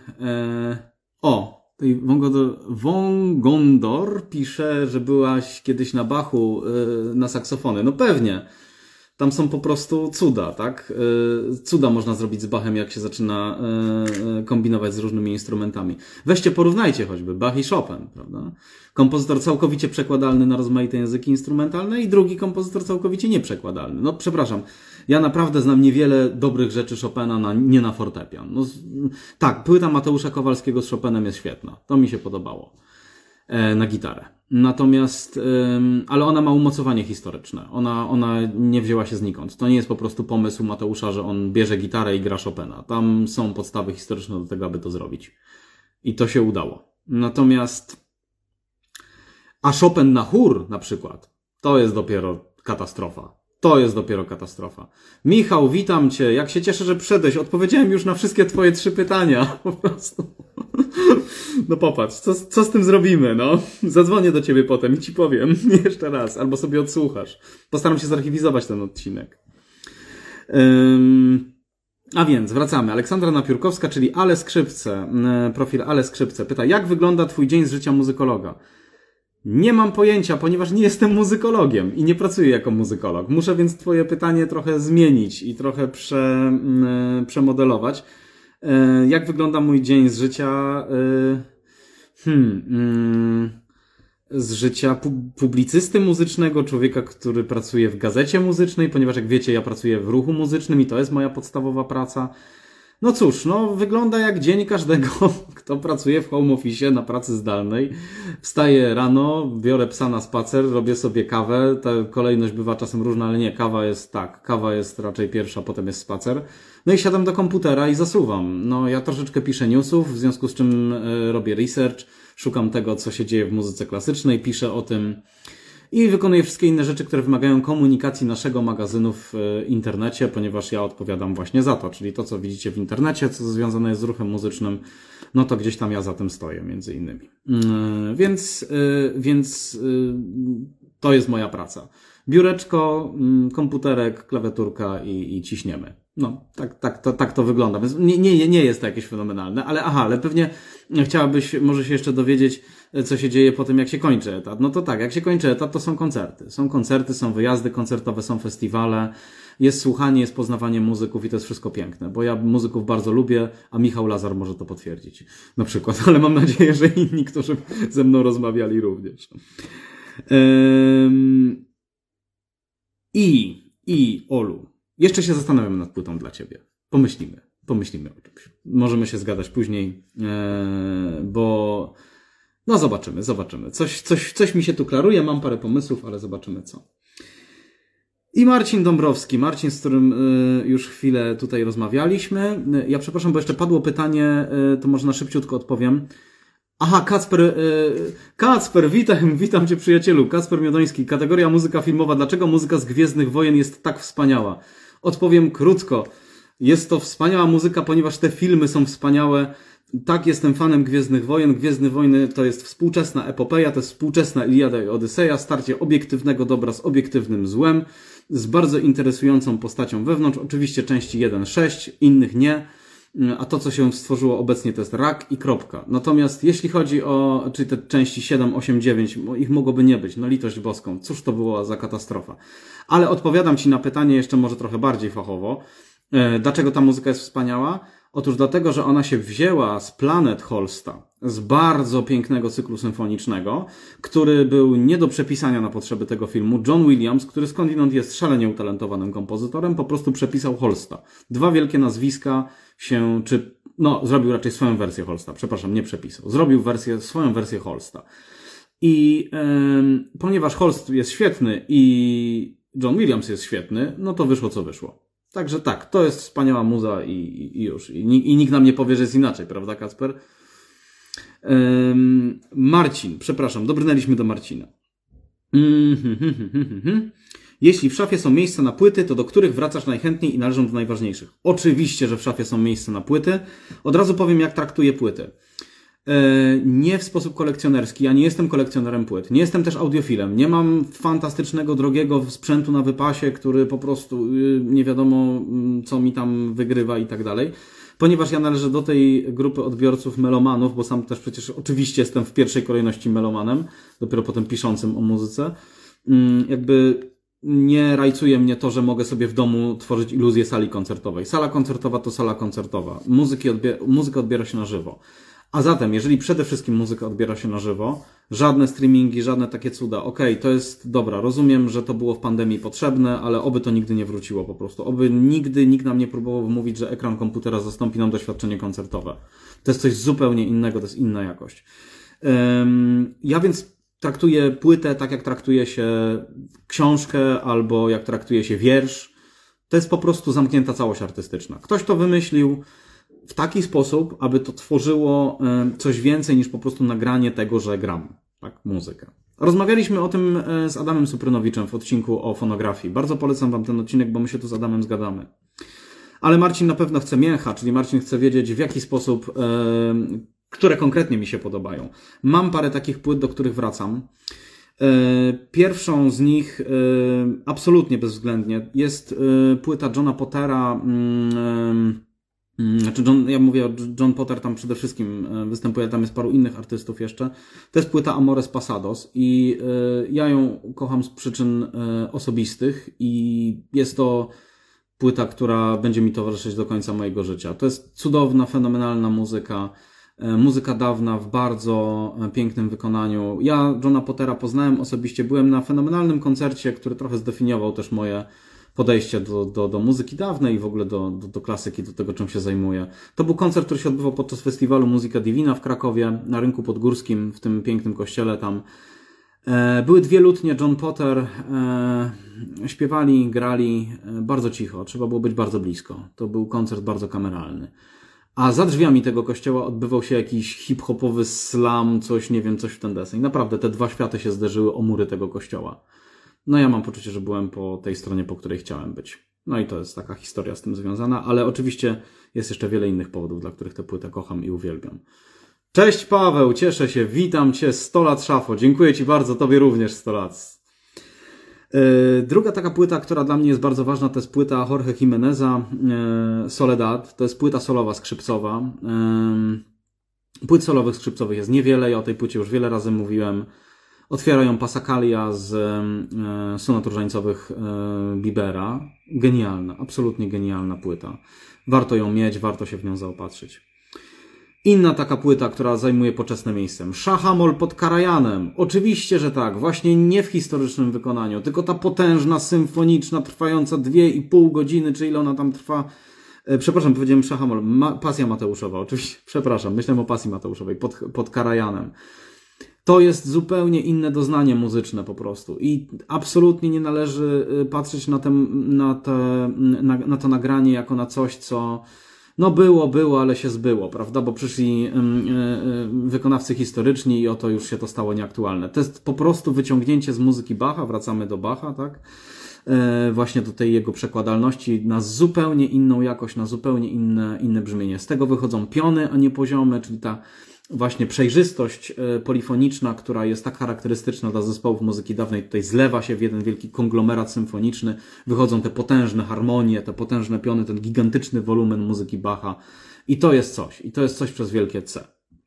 Wongondor pisze, że byłaś kiedyś na Bachu na saksofony. No pewnie. Tam są po prostu cuda, tak? Cuda można zrobić z Bachem, jak się zaczyna kombinować z różnymi instrumentami. Weźcie, porównajcie choćby Bach i Chopin, prawda? Kompozytor całkowicie przekładalny na rozmaite języki instrumentalne i drugi kompozytor całkowicie nieprzekładalny. No przepraszam, ja naprawdę znam niewiele dobrych rzeczy Chopina nie na fortepian. No, tak, płyta Mateusza Kowalskiego z Chopinem jest świetna. To mi się podobało. Na gitarę. Natomiast, ale ona ma umocowanie historyczne. Ona nie wzięła się znikąd. To nie jest po prostu pomysł Mateusza, że on bierze gitarę i gra Chopina. Tam są podstawy historyczne do tego, aby to zrobić. I to się udało. Natomiast, a Chopin na chór na przykład, to jest dopiero katastrofa. To jest dopiero katastrofa. Michał, witam Cię. Jak się cieszę, że przyszedłeś. Odpowiedziałem już na wszystkie Twoje 3 pytania. Po prostu. No popatrz, co z tym zrobimy, no? Zadzwonię do Ciebie potem i Ci powiem jeszcze raz. Albo sobie odsłuchasz. Postaram się zarchiwizować ten odcinek. A więc, wracamy. Aleksandra Napiórkowska, czyli Ale Skrzypce. Profil Ale Skrzypce. Pyta, jak wygląda Twój dzień z życia muzykologa? Nie mam pojęcia, ponieważ nie jestem muzykologiem i nie pracuję jako muzykolog. Muszę więc Twoje pytanie trochę zmienić i trochę przemodelować. Jak wygląda mój dzień z życia z życia publicysty muzycznego, człowieka, który pracuje w gazecie muzycznej, ponieważ jak wiecie, ja pracuję w ruchu muzycznym i to jest moja podstawowa praca. No cóż, no wygląda jak dzień każdego, kto pracuje w home office na pracy zdalnej. Wstaję rano, biorę psa na spacer, robię sobie kawę. Ta kolejność bywa czasem różna, ale nie, kawa jest raczej pierwsza, potem jest spacer. No i siadam do komputera i zasuwam. No ja troszeczkę piszę newsów, w związku z czym robię research, szukam tego, co się dzieje w muzyce klasycznej, piszę o tym i wykonuję wszystkie inne rzeczy, które wymagają komunikacji naszego magazynu w internecie, ponieważ ja odpowiadam właśnie za to, czyli to, co widzicie w internecie, co związane jest z ruchem muzycznym, no to gdzieś tam ja za tym stoję, między innymi. Więc to jest moja praca. Biureczko, komputerek, klawiaturka i ciśniemy. No, tak to wygląda. Więc nie jest to jakieś fenomenalne, ale pewnie chciałabyś może się jeszcze dowiedzieć, co się dzieje po tym, jak się kończy etat. No to tak, jak się kończy etat, to są koncerty. Są koncerty, są wyjazdy koncertowe, są festiwale. jest słuchanie, jest poznawanie muzyków i to jest wszystko piękne, bo ja muzyków bardzo lubię, a Michał Lazar może to potwierdzić na przykład, ale mam nadzieję, że inni, którzy ze mną rozmawiali również. Olu, jeszcze się zastanawiam nad płytą dla ciebie. Pomyślimy o czymś. Możemy się zgadać później, bo no zobaczymy. Coś mi się tu klaruje, mam parę pomysłów, ale zobaczymy co. I Marcin Dąbrowski, z którym już chwilę tutaj rozmawialiśmy. Ja przepraszam, bo jeszcze padło pytanie, to może na szybciutko odpowiem. Aha, Kacper, witam cię przyjacielu. Kacper Miodoński, kategoria muzyka filmowa. Dlaczego muzyka z Gwiezdnych Wojen jest tak wspaniała? Odpowiem krótko. Jest to wspaniała muzyka, ponieważ te filmy są wspaniałe. Tak, jestem fanem Gwiezdnych Wojen. Gwiezdne Wojny to jest współczesna epopeja, to jest współczesna Iliada i Odyseja, starcie obiektywnego dobra z obiektywnym złem, z bardzo interesującą postacią wewnątrz. Oczywiście części 1-6, innych nie. A to, co się stworzyło obecnie, to jest rak i kropka. Natomiast jeśli chodzi o, czyli te części 7, 8, 9, ich mogłoby nie być, no litość boską, cóż to była za katastrofa. Ale odpowiadam ci na pytanie jeszcze może trochę bardziej fachowo. Dlaczego ta muzyka jest wspaniała? Otóż dlatego, że ona się wzięła z Planet Holsta, z bardzo pięknego cyklu symfonicznego, który był nie do przepisania na potrzeby tego filmu. John Williams, który skądinąd jest szalenie utalentowanym kompozytorem, po prostu przepisał Holsta. Dwa wielkie nazwiska zrobił raczej swoją wersję Holsta, przepraszam, nie przepisał. Zrobił swoją wersję Holsta. I ponieważ Holst jest świetny i John Williams jest świetny, no to wyszło co wyszło. Także tak, to jest wspaniała muza i już. I nikt nam nie powie, że jest inaczej, prawda, Kacper? Marcin, przepraszam, dobrnęliśmy do Marcina. Jeśli w szafie są miejsca na płyty, to do których wracasz najchętniej i należą do najważniejszych? Oczywiście, że w szafie są miejsca na płyty. Od razu powiem, jak traktuję płyty. Nie w sposób kolekcjonerski. Ja nie jestem kolekcjonerem płyt. Nie jestem też audiofilem. Nie mam fantastycznego, drogiego sprzętu na wypasie, który po prostu nie wiadomo, co mi tam wygrywa i tak dalej. Ponieważ ja należę do tej grupy odbiorców melomanów, bo sam też przecież oczywiście jestem w pierwszej kolejności melomanem, dopiero potem piszącym o muzyce. Jakby nie rajcuje mnie to, że mogę sobie w domu tworzyć iluzję sali koncertowej. Sala koncertowa to sala koncertowa. Muzykę odbiera się na żywo. A zatem, jeżeli przede wszystkim muzyka odbiera się na żywo, żadne streamingi, żadne takie cuda, okej, to jest dobra, rozumiem, że to było w pandemii potrzebne, ale oby to nigdy nie wróciło po prostu. Oby nigdy nikt nam nie próbował wmówić, że ekran komputera zastąpi nam doświadczenie koncertowe. To jest coś zupełnie innego, to jest inna jakość. Ja więc traktuję płytę tak, jak traktuje się książkę albo jak traktuje się wiersz. To jest po prostu zamknięta całość artystyczna. Ktoś to wymyślił w taki sposób, aby to tworzyło coś więcej niż po prostu nagranie tego, że gram, tak, muzykę. Rozmawialiśmy o tym z Adamem Suprynowiczem w odcinku o fonografii. Bardzo polecam wam ten odcinek, bo my się tu z Adamem zgadamy. Ale Marcin na pewno chce mięcha, czyli Marcin chce wiedzieć, w jaki sposób, które konkretnie mi się podobają. Mam parę takich płyt, do których wracam. Pierwszą z nich, absolutnie bezwzględnie, jest płyta Johna Pottera. Ja mówię o John Potter, tam przede wszystkim występuje, tam jest paru innych artystów jeszcze. To jest płyta Amores Pasados i ja ją kocham z przyczyn osobistych i jest to płyta, która będzie mi towarzyszyć do końca mojego życia. To jest cudowna, fenomenalna muzyka. Muzyka dawna w bardzo pięknym wykonaniu. Ja Johna Pottera poznałem osobiście, byłem na fenomenalnym koncercie, który trochę zdefiniował też moje podejście do muzyki dawnej i w ogóle do klasyki, do tego, czym się zajmuję. To był koncert, który się odbywał podczas festiwalu Muzyka Divina w Krakowie, na Rynku Podgórskim, w tym pięknym kościele tam. Były dwie lutnie, John Potter, śpiewali, grali bardzo cicho, trzeba było być bardzo blisko. To był koncert bardzo kameralny. A za drzwiami tego kościoła odbywał się jakiś hip-hopowy slam, coś, nie wiem, coś w ten deseń. Naprawdę te dwa światy się zderzyły o mury tego kościoła. No ja mam poczucie, że byłem po tej stronie, po której chciałem być. No i to jest taka historia z tym związana, ale oczywiście jest jeszcze wiele innych powodów, dla których tę płytę kocham i uwielbiam. Cześć Paweł, cieszę się, witam Cię, 100 lat Szafo, dziękuję Ci bardzo, Tobie również 100 lat. Druga taka płyta, która dla mnie jest bardzo ważna, to jest płyta Jorge Jimeneza, Soledad. To jest płyta solowa, skrzypcowa. Płyt solowych, skrzypcowych jest niewiele, ja o tej płycie już wiele razy mówiłem. Otwierają Passacaglia z sonat różańcowych Bibera. Genialna, absolutnie genialna płyta. Warto ją mieć, warto się w nią zaopatrzyć. Inna taka płyta, która zajmuje poczesne miejsce. Msza Hamol pod Karajanem. Oczywiście, że tak. Właśnie nie w historycznym wykonaniu, tylko ta potężna, symfoniczna, trwająca 2,5 godziny, czy ile ona tam trwa. Przepraszam, powiedziałem Msza Hamol. Pasja Mateuszowa. Oczywiście, przepraszam. Myślałem o Pasji Mateuszowej pod Karajanem. To jest zupełnie inne doznanie muzyczne po prostu. I absolutnie nie należy patrzeć na to nagranie jako na coś, co no było, ale się zbyło, prawda? Bo przyszli wykonawcy historyczni i oto już się to stało nieaktualne. To jest po prostu wyciągnięcie z muzyki Bacha, wracamy do Bacha, tak? Właśnie do tej jego przekładalności na zupełnie inną jakość, na zupełnie inne brzmienie. Z tego wychodzą piony, a nie poziomy, czyli ta właśnie przejrzystość polifoniczna, która jest tak charakterystyczna dla zespołów muzyki dawnej, tutaj zlewa się w jeden wielki konglomerat symfoniczny, wychodzą te potężne harmonie, te potężne piony, ten gigantyczny wolumen muzyki Bacha i to jest coś przez wielkie C.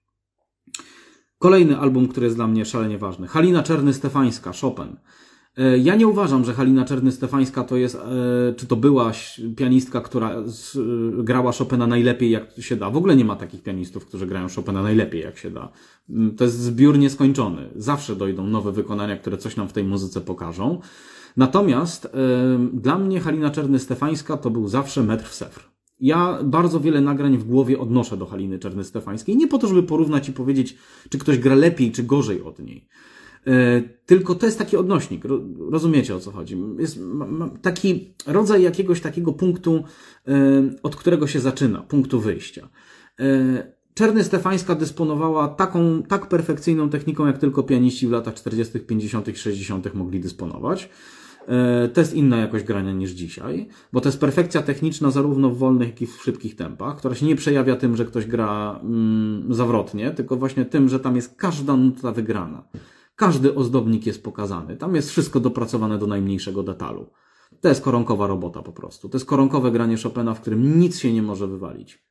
Kolejny album, który jest dla mnie szalenie ważny. Halina Czerny-Stefańska, Chopin. Ja nie uważam, że Halina Czerny-Stefańska to jest, czy to była pianistka, która grała Chopina najlepiej jak się da. W ogóle nie ma takich pianistów, którzy grają Chopina najlepiej jak się da. To jest zbiór nieskończony. Zawsze dojdą nowe wykonania, które coś nam w tej muzyce pokażą. Natomiast dla mnie Halina Czerny-Stefańska to był zawsze metr w sefr. Ja bardzo wiele nagrań w głowie odnoszę do Haliny Czerny-Stefańskiej. Nie po to, żeby porównać i powiedzieć, czy ktoś gra lepiej, czy gorzej od niej. Tylko to jest taki odnośnik, rozumiecie o co chodzi. Jest taki rodzaj jakiegoś takiego punktu, od którego się zaczyna, punktu wyjścia. Czerny-Stefańska dysponowała tak perfekcyjną techniką, jak tylko pianiści w latach 40., 50., 60. mogli dysponować. To jest inna jakość grania niż dzisiaj, bo to jest perfekcja techniczna zarówno w wolnych, jak i w szybkich tempach, która się nie przejawia tym, że ktoś gra zawrotnie, tylko właśnie tym, że tam jest każda nuta wygrana. Każdy ozdobnik jest pokazany. Tam jest wszystko dopracowane do najmniejszego detalu. To jest koronkowa robota po prostu. To jest koronkowe granie Chopina, w którym nic się nie może wywalić.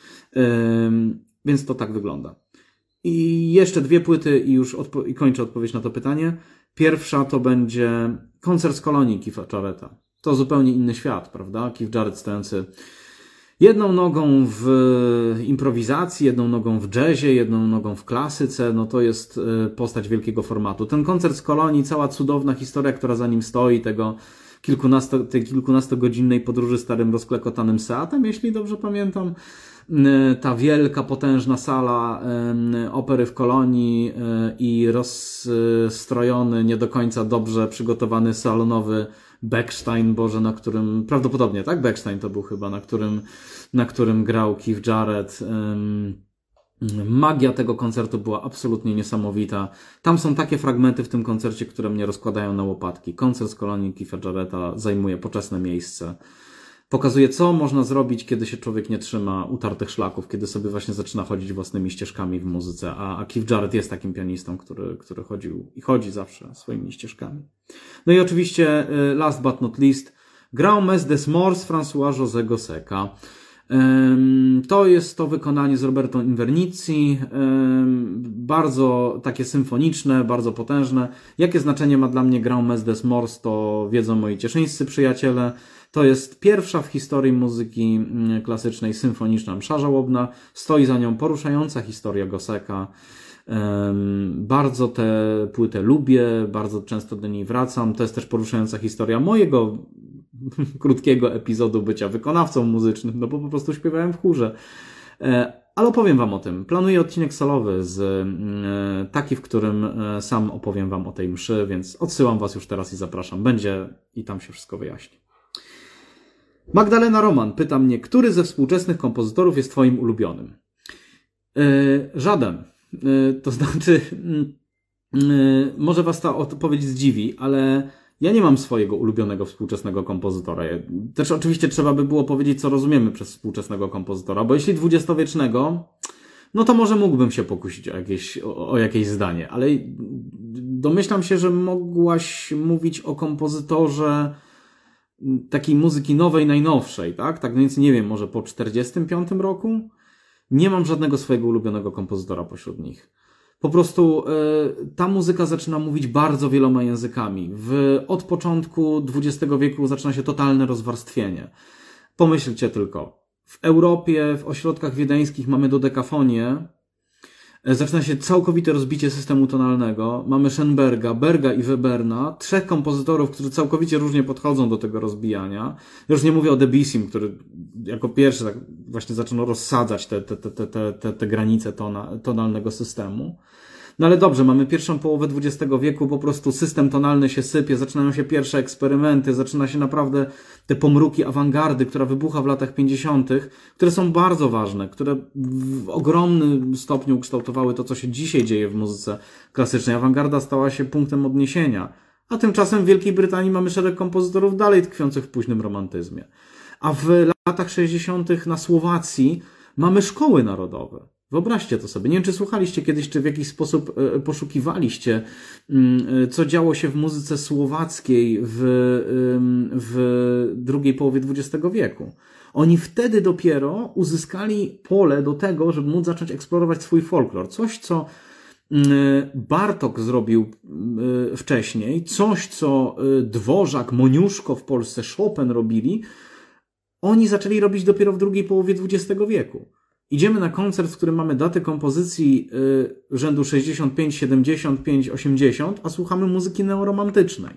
Więc to tak wygląda. I jeszcze 2 płyty i już kończę odpowiedź na to pytanie. Pierwsza to będzie Koncert z Kolonii Keitha Jarretta. To zupełnie inny świat, prawda? Keith Jarrett stojący jedną nogą w improwizacji, jedną nogą w jazzie, jedną nogą w klasyce, no to jest postać wielkiego formatu. Ten Koncert z Kolonii, cała cudowna historia, która za nim stoi, tej kilkunastogodzinnej podróży starym rozklekotanym Seatem, jeśli dobrze pamiętam. Ta wielka, potężna sala opery w Kolonii i rozstrojony, nie do końca dobrze przygotowany salonowy Bechstein, na którym, prawdopodobnie, tak? Bechstein to był chyba, na którym grał Keith Jarrett. Magia tego koncertu była absolutnie niesamowita. Tam są takie fragmenty w tym koncercie, które mnie rozkładają na łopatki. Koncert z Kolonii Keitha Jarretta zajmuje poczesne miejsce. Pokazuje, co można zrobić, kiedy się człowiek nie trzyma utartych szlaków, kiedy sobie właśnie zaczyna chodzić własnymi ścieżkami w muzyce, a Keith Jarrett jest takim pianistą, który chodził i chodzi zawsze swoimi ścieżkami. No i oczywiście, last but not least, Grand Messe des Morts François-José Gossec'a. To jest to wykonanie z Roberto Invernizzi, bardzo takie symfoniczne, bardzo potężne. Jakie znaczenie ma dla mnie Grand Messe des Morts, to wiedzą moi cieszyńscy przyjaciele. To jest pierwsza w historii muzyki klasycznej symfoniczna msza żałobna. Stoi za nią poruszająca historia Gossec'a. Bardzo tę płytę lubię, bardzo często do niej wracam. To jest też poruszająca historia mojego krótkiego epizodu bycia wykonawcą muzycznym, no bo po prostu śpiewałem w chórze. Ale opowiem wam o tym. Planuję odcinek solowy, taki, w którym sam opowiem wam o tej mszy, więc odsyłam was już teraz i zapraszam. Będzie i tam się wszystko wyjaśni. Magdalena Roman pyta mnie, który ze współczesnych kompozytorów jest twoim ulubionym? Żaden. To znaczy, może was ta odpowiedź zdziwi, ale ja nie mam swojego ulubionego współczesnego kompozytora. Też oczywiście trzeba by było powiedzieć, co rozumiemy przez współczesnego kompozytora, bo jeśli dwudziestowiecznego, no to może mógłbym się pokusić o jakieś zdanie, ale domyślam się, że mogłaś mówić o kompozytorze takiej muzyki nowej, najnowszej, tak? Tak więc nie wiem, może po 45 roku? Nie mam żadnego swojego ulubionego kompozytora pośród nich. Po prostu ta muzyka zaczyna mówić bardzo wieloma językami. Od początku XX wieku zaczyna się totalne rozwarstwienie. Pomyślcie tylko. W Europie, w ośrodkach wiedeńskich mamy dodekafonię. Zaczyna się całkowite rozbicie systemu tonalnego. Mamy Schönberga, Berga i Weberna, trzech kompozytorów, którzy całkowicie różnie podchodzą do tego rozbijania. Już nie mówię o Debussym, który jako pierwszy tak właśnie zaczął rozsadzać te granice tonalnego systemu. No ale dobrze, mamy pierwszą połowę XX wieku, po prostu system tonalny się sypie, zaczynają się pierwsze eksperymenty, zaczyna się naprawdę te pomruki awangardy, która wybucha w latach 50., które są bardzo ważne, które w ogromnym stopniu ukształtowały to, co się dzisiaj dzieje w muzyce klasycznej. Awangarda stała się punktem odniesienia, a tymczasem w Wielkiej Brytanii mamy szereg kompozytorów dalej tkwiących w późnym romantyzmie. A w latach 60. na Słowacji mamy szkoły narodowe. Wyobraźcie to sobie. Nie wiem, czy słuchaliście kiedyś, czy w jakiś sposób poszukiwaliście, co działo się w muzyce słowackiej w drugiej połowie XX wieku. Oni wtedy dopiero uzyskali pole do tego, żeby móc zacząć eksplorować swój folklor. Coś, co Bartók zrobił wcześniej, coś, co Dworzak, Moniuszko w Polsce, Chopin robili, oni zaczęli robić dopiero w drugiej połowie XX wieku. Idziemy na koncert, w którym mamy datę kompozycji rzędu 65, 75, 80, a słuchamy muzyki neoromantycznej.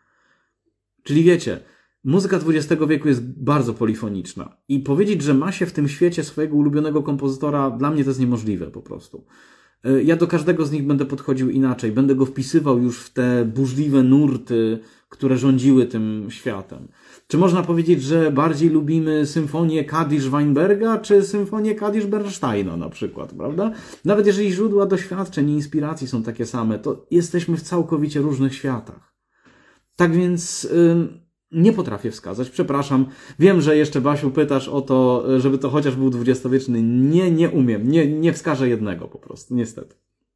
Czyli wiecie, muzyka XX wieku jest bardzo polifoniczna. I powiedzieć, że ma się w tym świecie swojego ulubionego kompozytora, dla mnie to jest niemożliwe po prostu. Ja do każdego z nich będę podchodził inaczej. Będę go wpisywał już w te burzliwe nurty, które rządziły tym światem. Czy można powiedzieć, że bardziej lubimy symfonię Kadisz-Weinberga, czy symfonię Kadisz-Bernsteina na przykład, prawda? Nawet jeżeli źródła doświadczeń i inspiracji są takie same, to jesteśmy w całkowicie różnych światach. Tak więc nie potrafię wskazać, przepraszam. Wiem, że jeszcze, Basiu, pytasz o to, żeby to chociaż był dwudziestowieczny. Nie umiem. Nie wskażę jednego po prostu, niestety.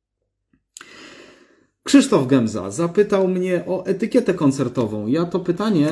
Krzysztof Gemza zapytał mnie o etykietę koncertową. Ja to pytanie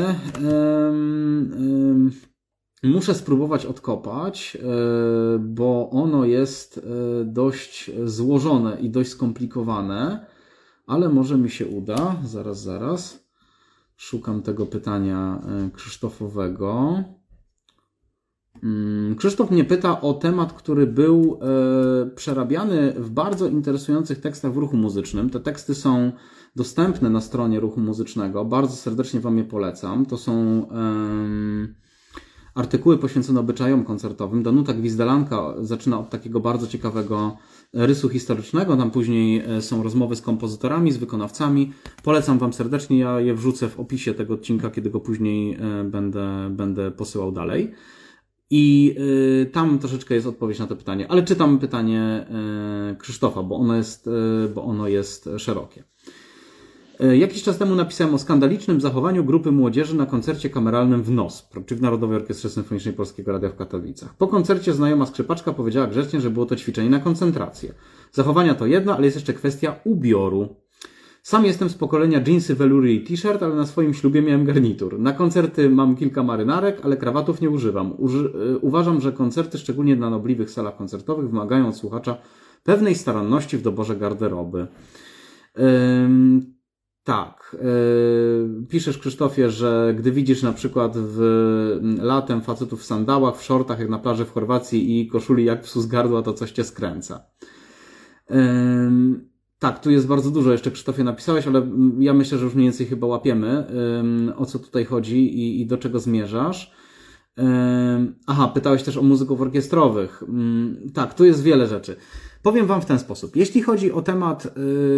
muszę spróbować odkopać, bo ono jest dość złożone i dość skomplikowane, ale może mi się uda. Zaraz. Szukam tego pytania Krzysztofowego. Krzysztof mnie pyta o temat, który był przerabiany w bardzo interesujących tekstach w Ruchu Muzycznym. Te teksty są dostępne na stronie Ruchu Muzycznego. Bardzo serdecznie Wam je polecam. To są artykuły poświęcone obyczajom koncertowym. Danuta Gwizdelanka zaczyna od takiego bardzo ciekawego rysu historycznego. Tam później są rozmowy z kompozytorami, z wykonawcami. Polecam Wam serdecznie. Ja je wrzucę w opisie tego odcinka, kiedy go później będę posyłał dalej. I tam troszeczkę jest odpowiedź na to pytanie. Ale czytam pytanie Krzysztofa, bo ono jest szerokie. Jakiś czas temu napisałem o skandalicznym zachowaniu grupy młodzieży na koncercie kameralnym w NOSP, czy w Narodowej Orkiestrze Symfonicznej Polskiego Radia w Katowicach. Po koncercie znajoma skrzypaczka powiedziała grzecznie, że było to ćwiczenie na koncentrację. Zachowania to jedno, ale jest jeszcze kwestia ubioru. Sam jestem z pokolenia jeansy, velury i t-shirt, ale na swoim ślubie miałem garnitur. Na koncerty mam kilka marynarek, ale krawatów nie używam. Uważam, że koncerty, szczególnie na nobliwych salach koncertowych, wymagają od słuchacza pewnej staranności w doborze garderoby. Tak. Piszesz, Krzysztofie, że gdy widzisz na przykład latem facetów w sandałach, w shortach jak na plaży w Chorwacji i koszuli jak psu z gardła, to coś cię skręca. Tak, tu jest bardzo dużo jeszcze, Krzysztofie, napisałeś, ale ja myślę, że już mniej więcej chyba łapiemy, o co tutaj chodzi i do czego zmierzasz. Aha, pytałeś też o muzyków orkiestrowych. Tak, tu jest wiele rzeczy. Powiem Wam w ten sposób. Jeśli chodzi o temat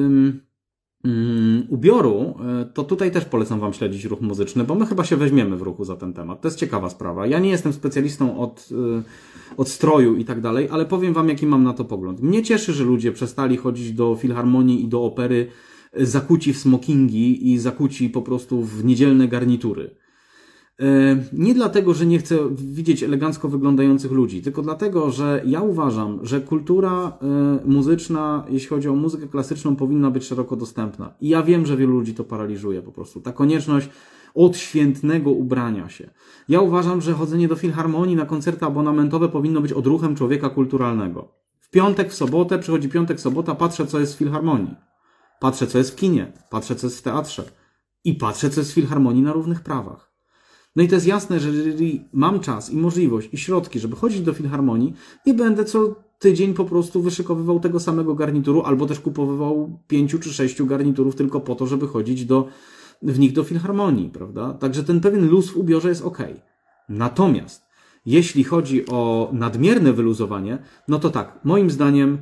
ubioru, to tutaj też polecam Wam śledzić Ruch Muzyczny, bo my chyba się weźmiemy w ruchu za ten temat. To jest ciekawa sprawa. Ja nie jestem specjalistą od stroju i tak dalej, ale powiem Wam, jaki mam na to pogląd. Mnie cieszy, że ludzie przestali chodzić do filharmonii i do opery zakuci w smokingi i zakuci po prostu w niedzielne garnitury. Nie dlatego, że nie chcę widzieć elegancko wyglądających ludzi, tylko dlatego, że ja uważam, że kultura muzyczna, jeśli chodzi o muzykę klasyczną, powinna być szeroko dostępna. I ja wiem, że wielu ludzi to paraliżuje po prostu. Ta konieczność odświętnego ubrania się. Ja uważam, że chodzenie do filharmonii na koncerty abonamentowe powinno być odruchem człowieka kulturalnego. W piątek, w sobotę, przychodzi piątek, sobota, patrzę, co jest w filharmonii. Patrzę, co jest w kinie. Patrzę, co jest w teatrze. I patrzę, co jest w filharmonii na równych prawach. No i to jest jasne, że jeżeli mam czas i możliwość i środki, żeby chodzić do filharmonii, nie będę co tydzień po prostu wyszykowywał tego samego garnituru, albo też kupowywał 5 czy 6 garniturów tylko po to, żeby chodzić w nich do filharmonii, prawda? Także ten pewien luz w ubiorze jest okej. Natomiast jeśli chodzi o nadmierne wyluzowanie, no to tak, moim zdaniem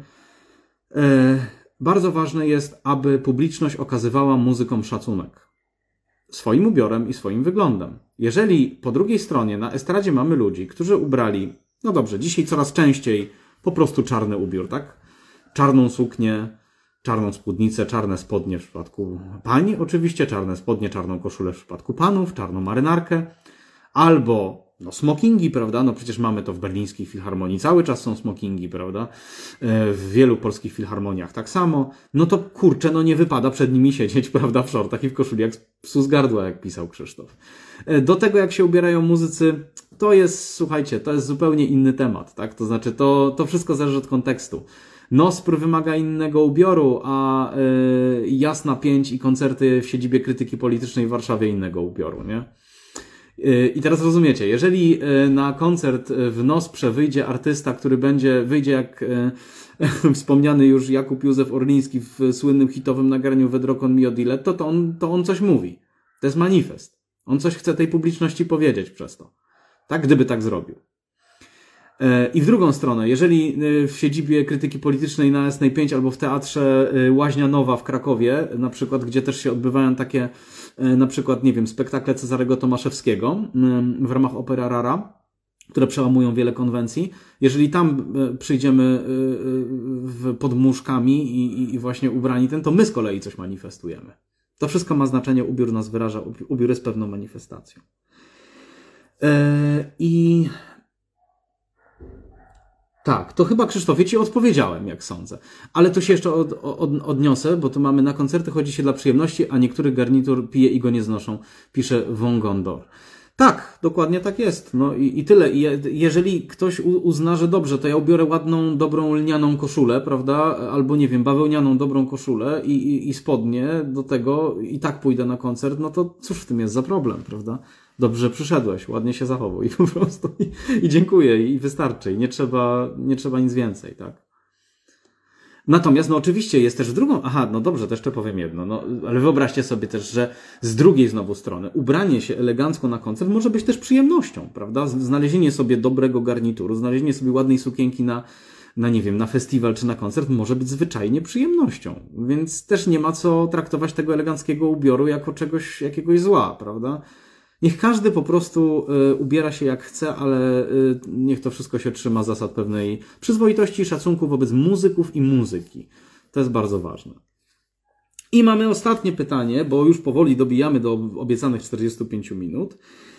bardzo ważne jest, aby publiczność okazywała muzykom szacunek. Swoim ubiorem i swoim wyglądem. Jeżeli po drugiej stronie na estradzie mamy ludzi, którzy ubrali, no dobrze, dzisiaj coraz częściej po prostu czarny ubiór, tak? Czarną suknię, czarną spódnicę, czarne spodnie w przypadku pań, oczywiście czarne spodnie, czarną koszulę w przypadku panów, czarną marynarkę, albo no smokingi, prawda? No przecież mamy to w berlińskiej filharmonii, cały czas są smokingi, prawda? W wielu polskich filharmoniach tak samo. No to kurczę, no nie wypada przed nimi siedzieć, prawda? W szortach i w koszuli jak psu z gardła, jak pisał Krzysztof. Do tego, jak się ubierają muzycy, to jest, słuchajcie, to jest zupełnie inny temat, tak? To znaczy, to wszystko zależy od kontekstu. Nospr wymaga innego ubioru, a Jasna 5 i koncerty w siedzibie Krytyki Politycznej w Warszawie innego ubioru, nie? I teraz rozumiecie, jeżeli na koncert w Nosprze wyjdzie artysta, który wyjdzie jak wspomniany już Jakub Józef Orliński w słynnym hitowym nagraniu Vedrokon mi odile, to on coś mówi. To jest manifest. On coś chce tej publiczności powiedzieć przez to. Tak, gdyby tak zrobił. I w drugą stronę, jeżeli w siedzibie Krytyki Politycznej na Jasnej 5 albo w Teatrze Łaźnia Nowa w Krakowie, na przykład, gdzie też się odbywają takie, na przykład, nie wiem, spektakle Cezarego Tomaszewskiego w ramach Opera Rara, które przełamują wiele konwencji, jeżeli tam przyjdziemy pod muszkami i właśnie ubrani to my z kolei coś manifestujemy. To wszystko ma znaczenie, ubiór nas wyraża, ubiór jest pewną manifestacją. Tak, to chyba Krzysztofie Ci odpowiedziałem, jak sądzę. Ale tu się jeszcze odniosę, bo tu mamy na koncerty chodzi się dla przyjemności, a niektórych garnitur pije i go nie znoszą, pisze Wongondor. Tak, dokładnie tak jest. No i tyle. Jeżeli ktoś uzna, że dobrze, to ja ubiorę ładną, dobrą lnianą koszulę, prawda? Albo nie wiem, bawełnianą dobrą koszulę i spodnie do tego i tak pójdę na koncert, no to cóż w tym jest za problem, prawda? Dobrze przyszedłeś, ładnie się zachował i po prostu i dziękuję i wystarczy i nie trzeba nic więcej, tak? Natomiast, no oczywiście jest też w drugą, no dobrze, to jeszcze powiem jedno, no ale wyobraźcie sobie też, że z drugiej znowu strony ubranie się elegancko na koncert może być też przyjemnością, prawda? Znalezienie sobie dobrego garnituru, znalezienie sobie ładnej sukienki nie wiem, na festiwal czy na koncert może być zwyczajnie przyjemnością, więc też nie ma co traktować tego eleganckiego ubioru jako jakiegoś zła, prawda? Niech każdy po prostu ubiera się jak chce, ale niech to wszystko się trzyma zasad pewnej przyzwoitości i szacunku wobec muzyków i muzyki. To jest bardzo ważne. I mamy ostatnie pytanie, bo już powoli dobijamy do obiecanych 45 minut.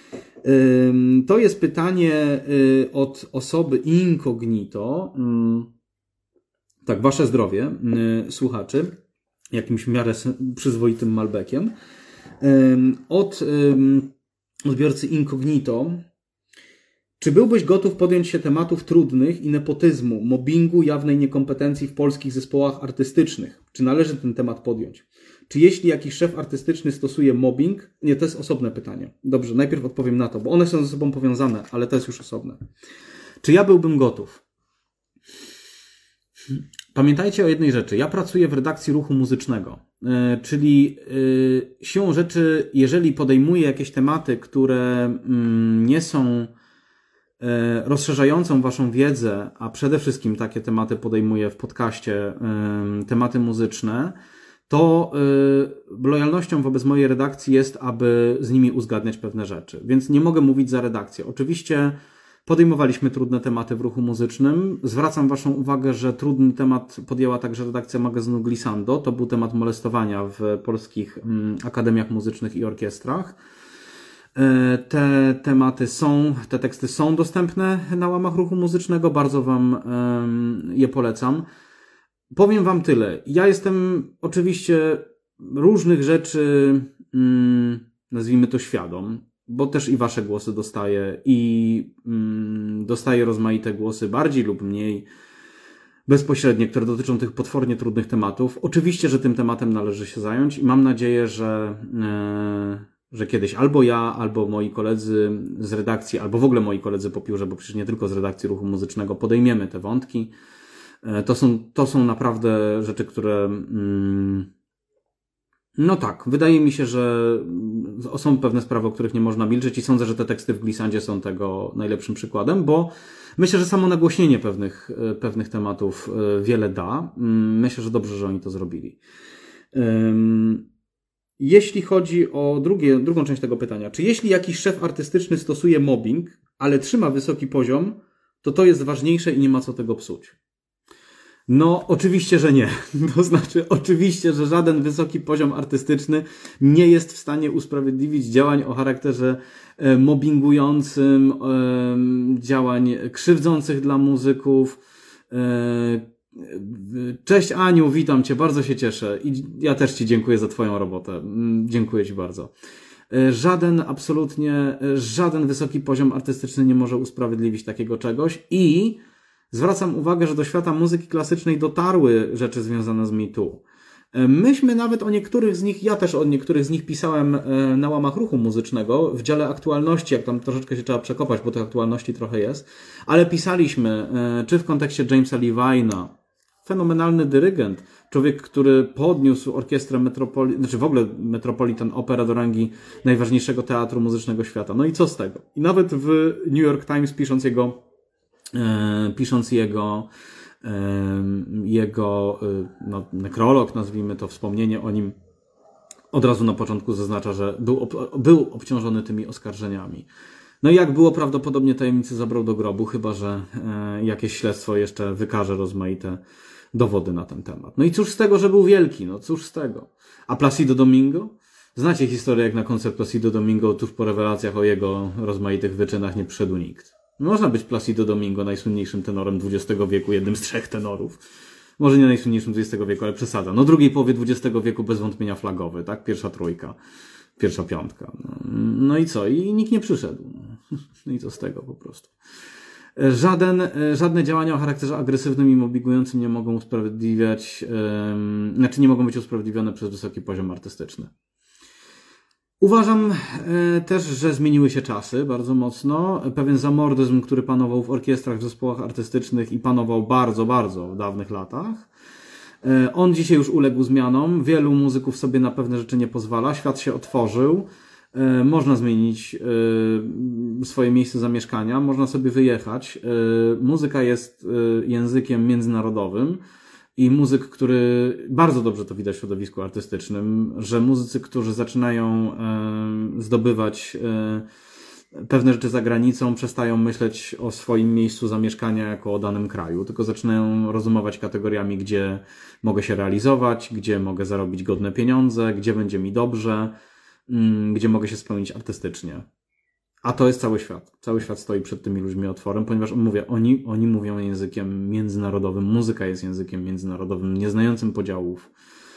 To jest pytanie od osoby incognito. Tak, wasze zdrowie, słuchaczy, jakimś w miarę przyzwoitym Malbekiem. Od odbiorcy incognito. Czy byłbyś gotów podjąć się tematów trudnych i nepotyzmu, mobbingu, jawnej niekompetencji w polskich zespołach artystycznych? Czy należy ten temat podjąć? Czy jeśli jakiś szef artystyczny stosuje mobbing? Nie, to jest osobne pytanie. Dobrze, najpierw odpowiem na to, bo one są ze sobą powiązane, ale to jest już osobne. Czy ja byłbym gotów? Pamiętajcie o jednej rzeczy. Ja pracuję w redakcji ruchu muzycznego, czyli siłą rzeczy, jeżeli podejmuję jakieś tematy, które nie są rozszerzającą waszą wiedzę, a przede wszystkim takie tematy podejmuję w podcaście, tematy muzyczne, to lojalnością wobec mojej redakcji jest, aby z nimi uzgadniać pewne rzeczy. Więc nie mogę mówić za redakcję. Oczywiście podejmowaliśmy trudne tematy w ruchu muzycznym. Zwracam waszą uwagę, że trudny temat podjęła także redakcja magazynu Glissando. To był temat molestowania w polskich akademiach muzycznych i orkiestrach. Te teksty są dostępne na łamach ruchu muzycznego. Bardzo wam je polecam. Powiem wam tyle. Ja jestem oczywiście różnych rzeczy, nazwijmy to świadom, bo też i wasze głosy dostaję i dostaję rozmaite głosy, bardziej lub mniej bezpośrednie, które dotyczą tych potwornie trudnych tematów. Oczywiście, że tym tematem należy się zająć i mam nadzieję, że kiedyś albo ja, albo moi koledzy z redakcji, albo w ogóle moi koledzy po piórze, bo przecież nie tylko z redakcji Ruchu Muzycznego, podejmiemy te wątki. To są naprawdę rzeczy, które no tak, wydaje mi się, że są pewne sprawy, o których nie można milczeć i sądzę, że te teksty w Glissandzie są tego najlepszym przykładem, bo myślę, że samo nagłośnienie pewnych tematów wiele da. Myślę, że dobrze, że oni to zrobili. Jeśli chodzi o drugą część tego pytania, czy jeśli jakiś szef artystyczny stosuje mobbing, ale trzyma wysoki poziom, to jest ważniejsze i nie ma co tego psuć? No, oczywiście, że nie. To znaczy, oczywiście, że żaden wysoki poziom artystyczny nie jest w stanie usprawiedliwić działań o charakterze mobbingującym, działań krzywdzących dla muzyków. Cześć Aniu, witam Cię, bardzo się cieszę i ja też Ci dziękuję za Twoją robotę. Dziękuję Ci bardzo. Żaden wysoki poziom artystyczny nie może usprawiedliwić takiego czegoś i zwracam uwagę, że do świata muzyki klasycznej dotarły rzeczy związane z Me Too. Myśmy nawet o niektórych z nich, ja też o niektórych z nich pisałem na łamach Ruchu Muzycznego, w dziale aktualności, jak tam troszeczkę się trzeba przekopać, bo tych aktualności trochę jest, ale pisaliśmy, czy w kontekście Jamesa Levine'a, fenomenalny dyrygent, człowiek, który podniósł orkiestrę w ogóle Metropolitan Opera do rangi najważniejszego teatru muzycznego świata. No i co z tego? I nawet w New York Times pisząc jego nekrolog, nazwijmy to, wspomnienie o nim, od razu na początku zaznacza, że był obciążony tymi oskarżeniami. No i jak było prawdopodobnie, tajemnicy zabrał do grobu, chyba że jakieś śledztwo jeszcze wykaże rozmaite dowody na ten temat. No i cóż z tego, że był wielki? No cóż z tego? A Placido Domingo? Znacie historię, jak na koncert Placido Domingo tuż po rewelacjach o jego rozmaitych wyczynach nie przyszedł nikt. Można być Placido Domingo najsłynniejszym tenorem XX wieku, jednym z 3 tenorów. Może nie najsłynniejszym XX wieku, ale przesada. No drugiej połowie XX wieku bez wątpienia flagowy, tak? Pierwsza trójka, pierwsza piątka. No i co? I nikt nie przyszedł. No i co z tego po prostu? Żadne działania o charakterze agresywnym i mobbingującym nie mogą nie mogą być usprawiedliwione przez wysoki poziom artystyczny. Uważam też, że zmieniły się czasy bardzo mocno. Pewien zamordyzm, który panował w orkiestrach, w zespołach artystycznych i panował bardzo, bardzo w dawnych latach. On dzisiaj już uległ zmianom. Wielu muzyków sobie na pewne rzeczy nie pozwala. Świat się otworzył. Można zmienić swoje miejsce zamieszkania. Można sobie wyjechać. Muzyka jest językiem międzynarodowym. I muzyk, który bardzo dobrze to widać w środowisku artystycznym, że muzycy, którzy zaczynają zdobywać pewne rzeczy za granicą, przestają myśleć o swoim miejscu zamieszkania jako o danym kraju, tylko zaczynają rozumować kategoriami, gdzie mogę się realizować, gdzie mogę zarobić godne pieniądze, gdzie będzie mi dobrze, gdzie mogę się spełnić artystycznie. A to jest cały świat. Cały świat stoi przed tymi ludźmi otworem, ponieważ oni mówią językiem międzynarodowym. Muzyka jest językiem międzynarodowym, nieznającym podziałów.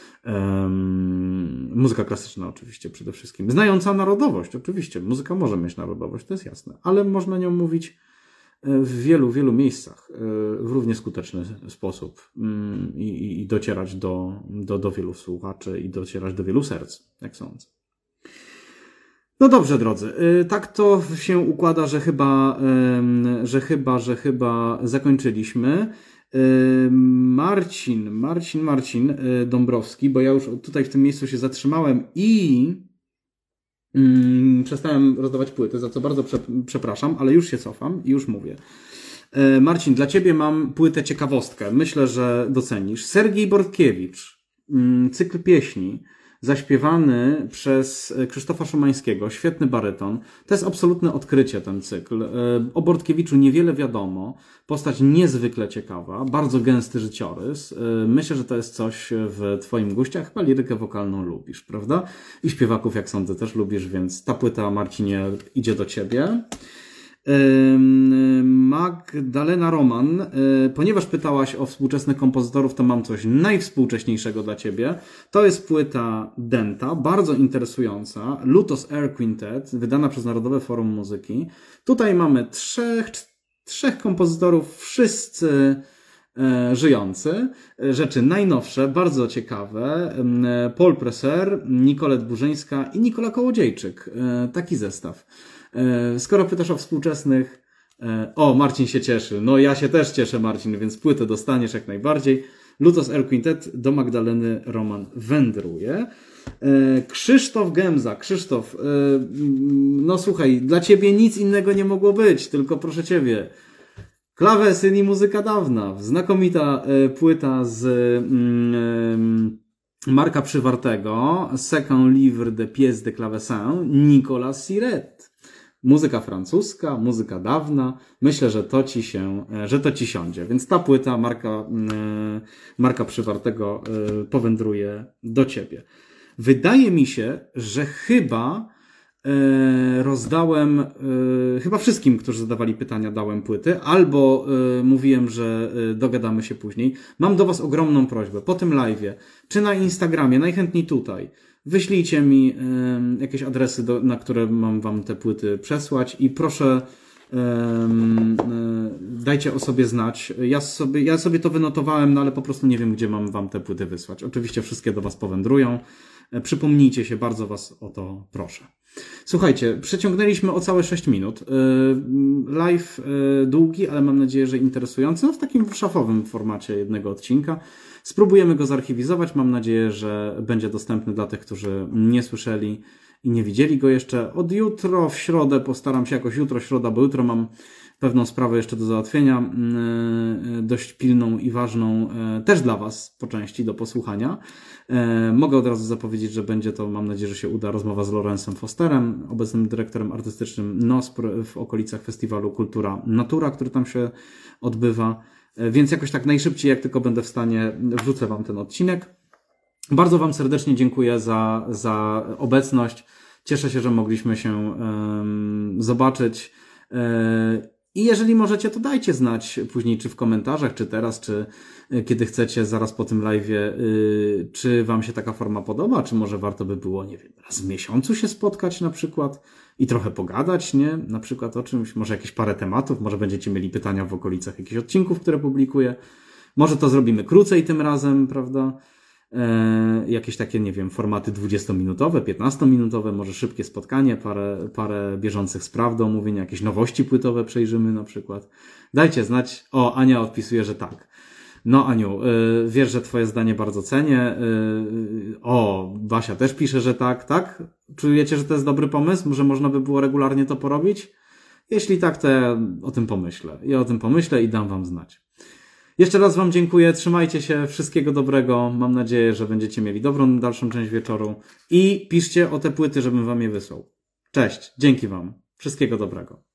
Muzyka klasyczna oczywiście przede wszystkim. Znająca narodowość, oczywiście. Muzyka może mieć narodowość, to jest jasne. Ale można nią mówić w wielu, wielu miejscach w równie skuteczny sposób i docierać do wielu słuchaczy i docierać do wielu serc, jak sądzę. No dobrze, drodzy. Tak to się układa, że chyba zakończyliśmy. Marcin Dąbrowski, bo ja już tutaj w tym miejscu się zatrzymałem i przestałem rozdawać płyty, za co bardzo przepraszam, ale już się cofam i już mówię. Marcin, dla Ciebie mam płytę ciekawostkę. Myślę, że docenisz. Sergiej Bortkiewicz. Cykl pieśni. Zaśpiewany przez Krzysztofa Szumańskiego, świetny baryton. To jest absolutne odkrycie, ten cykl. O Bortkiewiczu niewiele wiadomo. Postać niezwykle ciekawa, bardzo gęsty życiorys. Myślę, że to jest coś w Twoim guście, a chyba lirykę wokalną lubisz, prawda? I śpiewaków, jak sądzę, też lubisz, więc ta płyta, Marcinie, idzie do Ciebie. Magdalena Roman, ponieważ pytałaś o współczesnych kompozytorów, to mam coś najwspółcześniejszego dla Ciebie. To jest płyta Denta, bardzo interesująca, Lutos Air Quintet, wydana przez Narodowe Forum Muzyki. Tutaj mamy trzech kompozytorów, wszyscy żyjący. Rzeczy najnowsze, bardzo ciekawe. Paul Presser, Nicolette Burzyńska i Nikola Kołodziejczyk. Taki zestaw. Skoro pytasz o współczesnych, o, Marcin się cieszy. No ja się też cieszę, Marcin, więc płytę dostaniesz jak najbardziej. Lutos Air Quintet do Magdaleny Roman wędruje. Krzysztof Gemza. Krzysztof, no słuchaj, dla ciebie nic innego nie mogło być, tylko proszę ciebie, klawesyn i muzyka dawna. Znakomita płyta z Marka Przywartego, Second Livre de Pièces de Clavecin, Nicolas Siret. Muzyka francuska, muzyka dawna. Myślę, że to ci siądzie. Więc ta płyta Marka Przywartego powędruje do ciebie. Wydaje mi się, że chyba rozdałem, chyba wszystkim, którzy zadawali pytania, dałem płyty, albo mówiłem, że dogadamy się później. Mam do was ogromną prośbę, po tym live'ie, czy na Instagramie, najchętniej tutaj, wyślijcie mi jakieś adresy, na które mam wam te płyty przesłać i proszę dajcie o sobie znać. Ja sobie to wynotowałem, no ale po prostu nie wiem, gdzie mam wam te płyty wysłać. Oczywiście wszystkie do was powędrują. Przypomnijcie się, bardzo was o to proszę. Słuchajcie, przeciągnęliśmy o całe 6 minut. Live długi, ale mam nadzieję, że interesujący. No w takim szafowym formacie jednego odcinka. Spróbujemy go zarchiwizować. Mam nadzieję, że będzie dostępny dla tych, którzy nie słyszeli i nie widzieli go jeszcze. Od jutro, w środę, postaram się jakoś jutro, środa, bo jutro mam pewną sprawę jeszcze do załatwienia, dość pilną i ważną, też dla was po części do posłuchania. Mogę od razu zapowiedzieć, że będzie to, mam nadzieję, że się uda, rozmowa z Lorenzem Fosterem, obecnym dyrektorem artystycznym NOSPR w okolicach festiwalu Kultura Natura, który tam się odbywa. Więc jakoś tak najszybciej, jak tylko będę w stanie, wrzucę wam ten odcinek. Bardzo wam serdecznie dziękuję za obecność. Cieszę się, że mogliśmy się zobaczyć. I jeżeli możecie, to dajcie znać później, czy w komentarzach, czy teraz, czy kiedy chcecie, zaraz po tym live'ie, czy wam się taka forma podoba, czy może warto by było, nie wiem, raz w miesiącu się spotkać na przykład i trochę pogadać, nie? Na przykład o czymś, może jakieś parę tematów, może będziecie mieli pytania w okolicach jakichś odcinków, które publikuję. Może to zrobimy krócej tym razem, prawda? Jakieś takie, nie wiem, formaty 20-minutowe, 15-minutowe, może szybkie spotkanie, parę bieżących spraw do omówienia, jakieś nowości płytowe przejrzymy na przykład. Dajcie znać. O, Ania odpisuje, że tak. No Aniu, wiesz, że twoje zdanie bardzo cenię. O, Basia też pisze, że tak, tak? Czujecie, że to jest dobry pomysł? Że można by było regularnie to porobić? Jeśli tak, to ja o tym pomyślę. Ja o tym pomyślę i dam wam znać. Jeszcze raz wam dziękuję, trzymajcie się, wszystkiego dobrego, mam nadzieję, że będziecie mieli dobrą dalszą część wieczoru i piszcie o te płyty, żebym wam je wysłał. Cześć, dzięki wam, wszystkiego dobrego.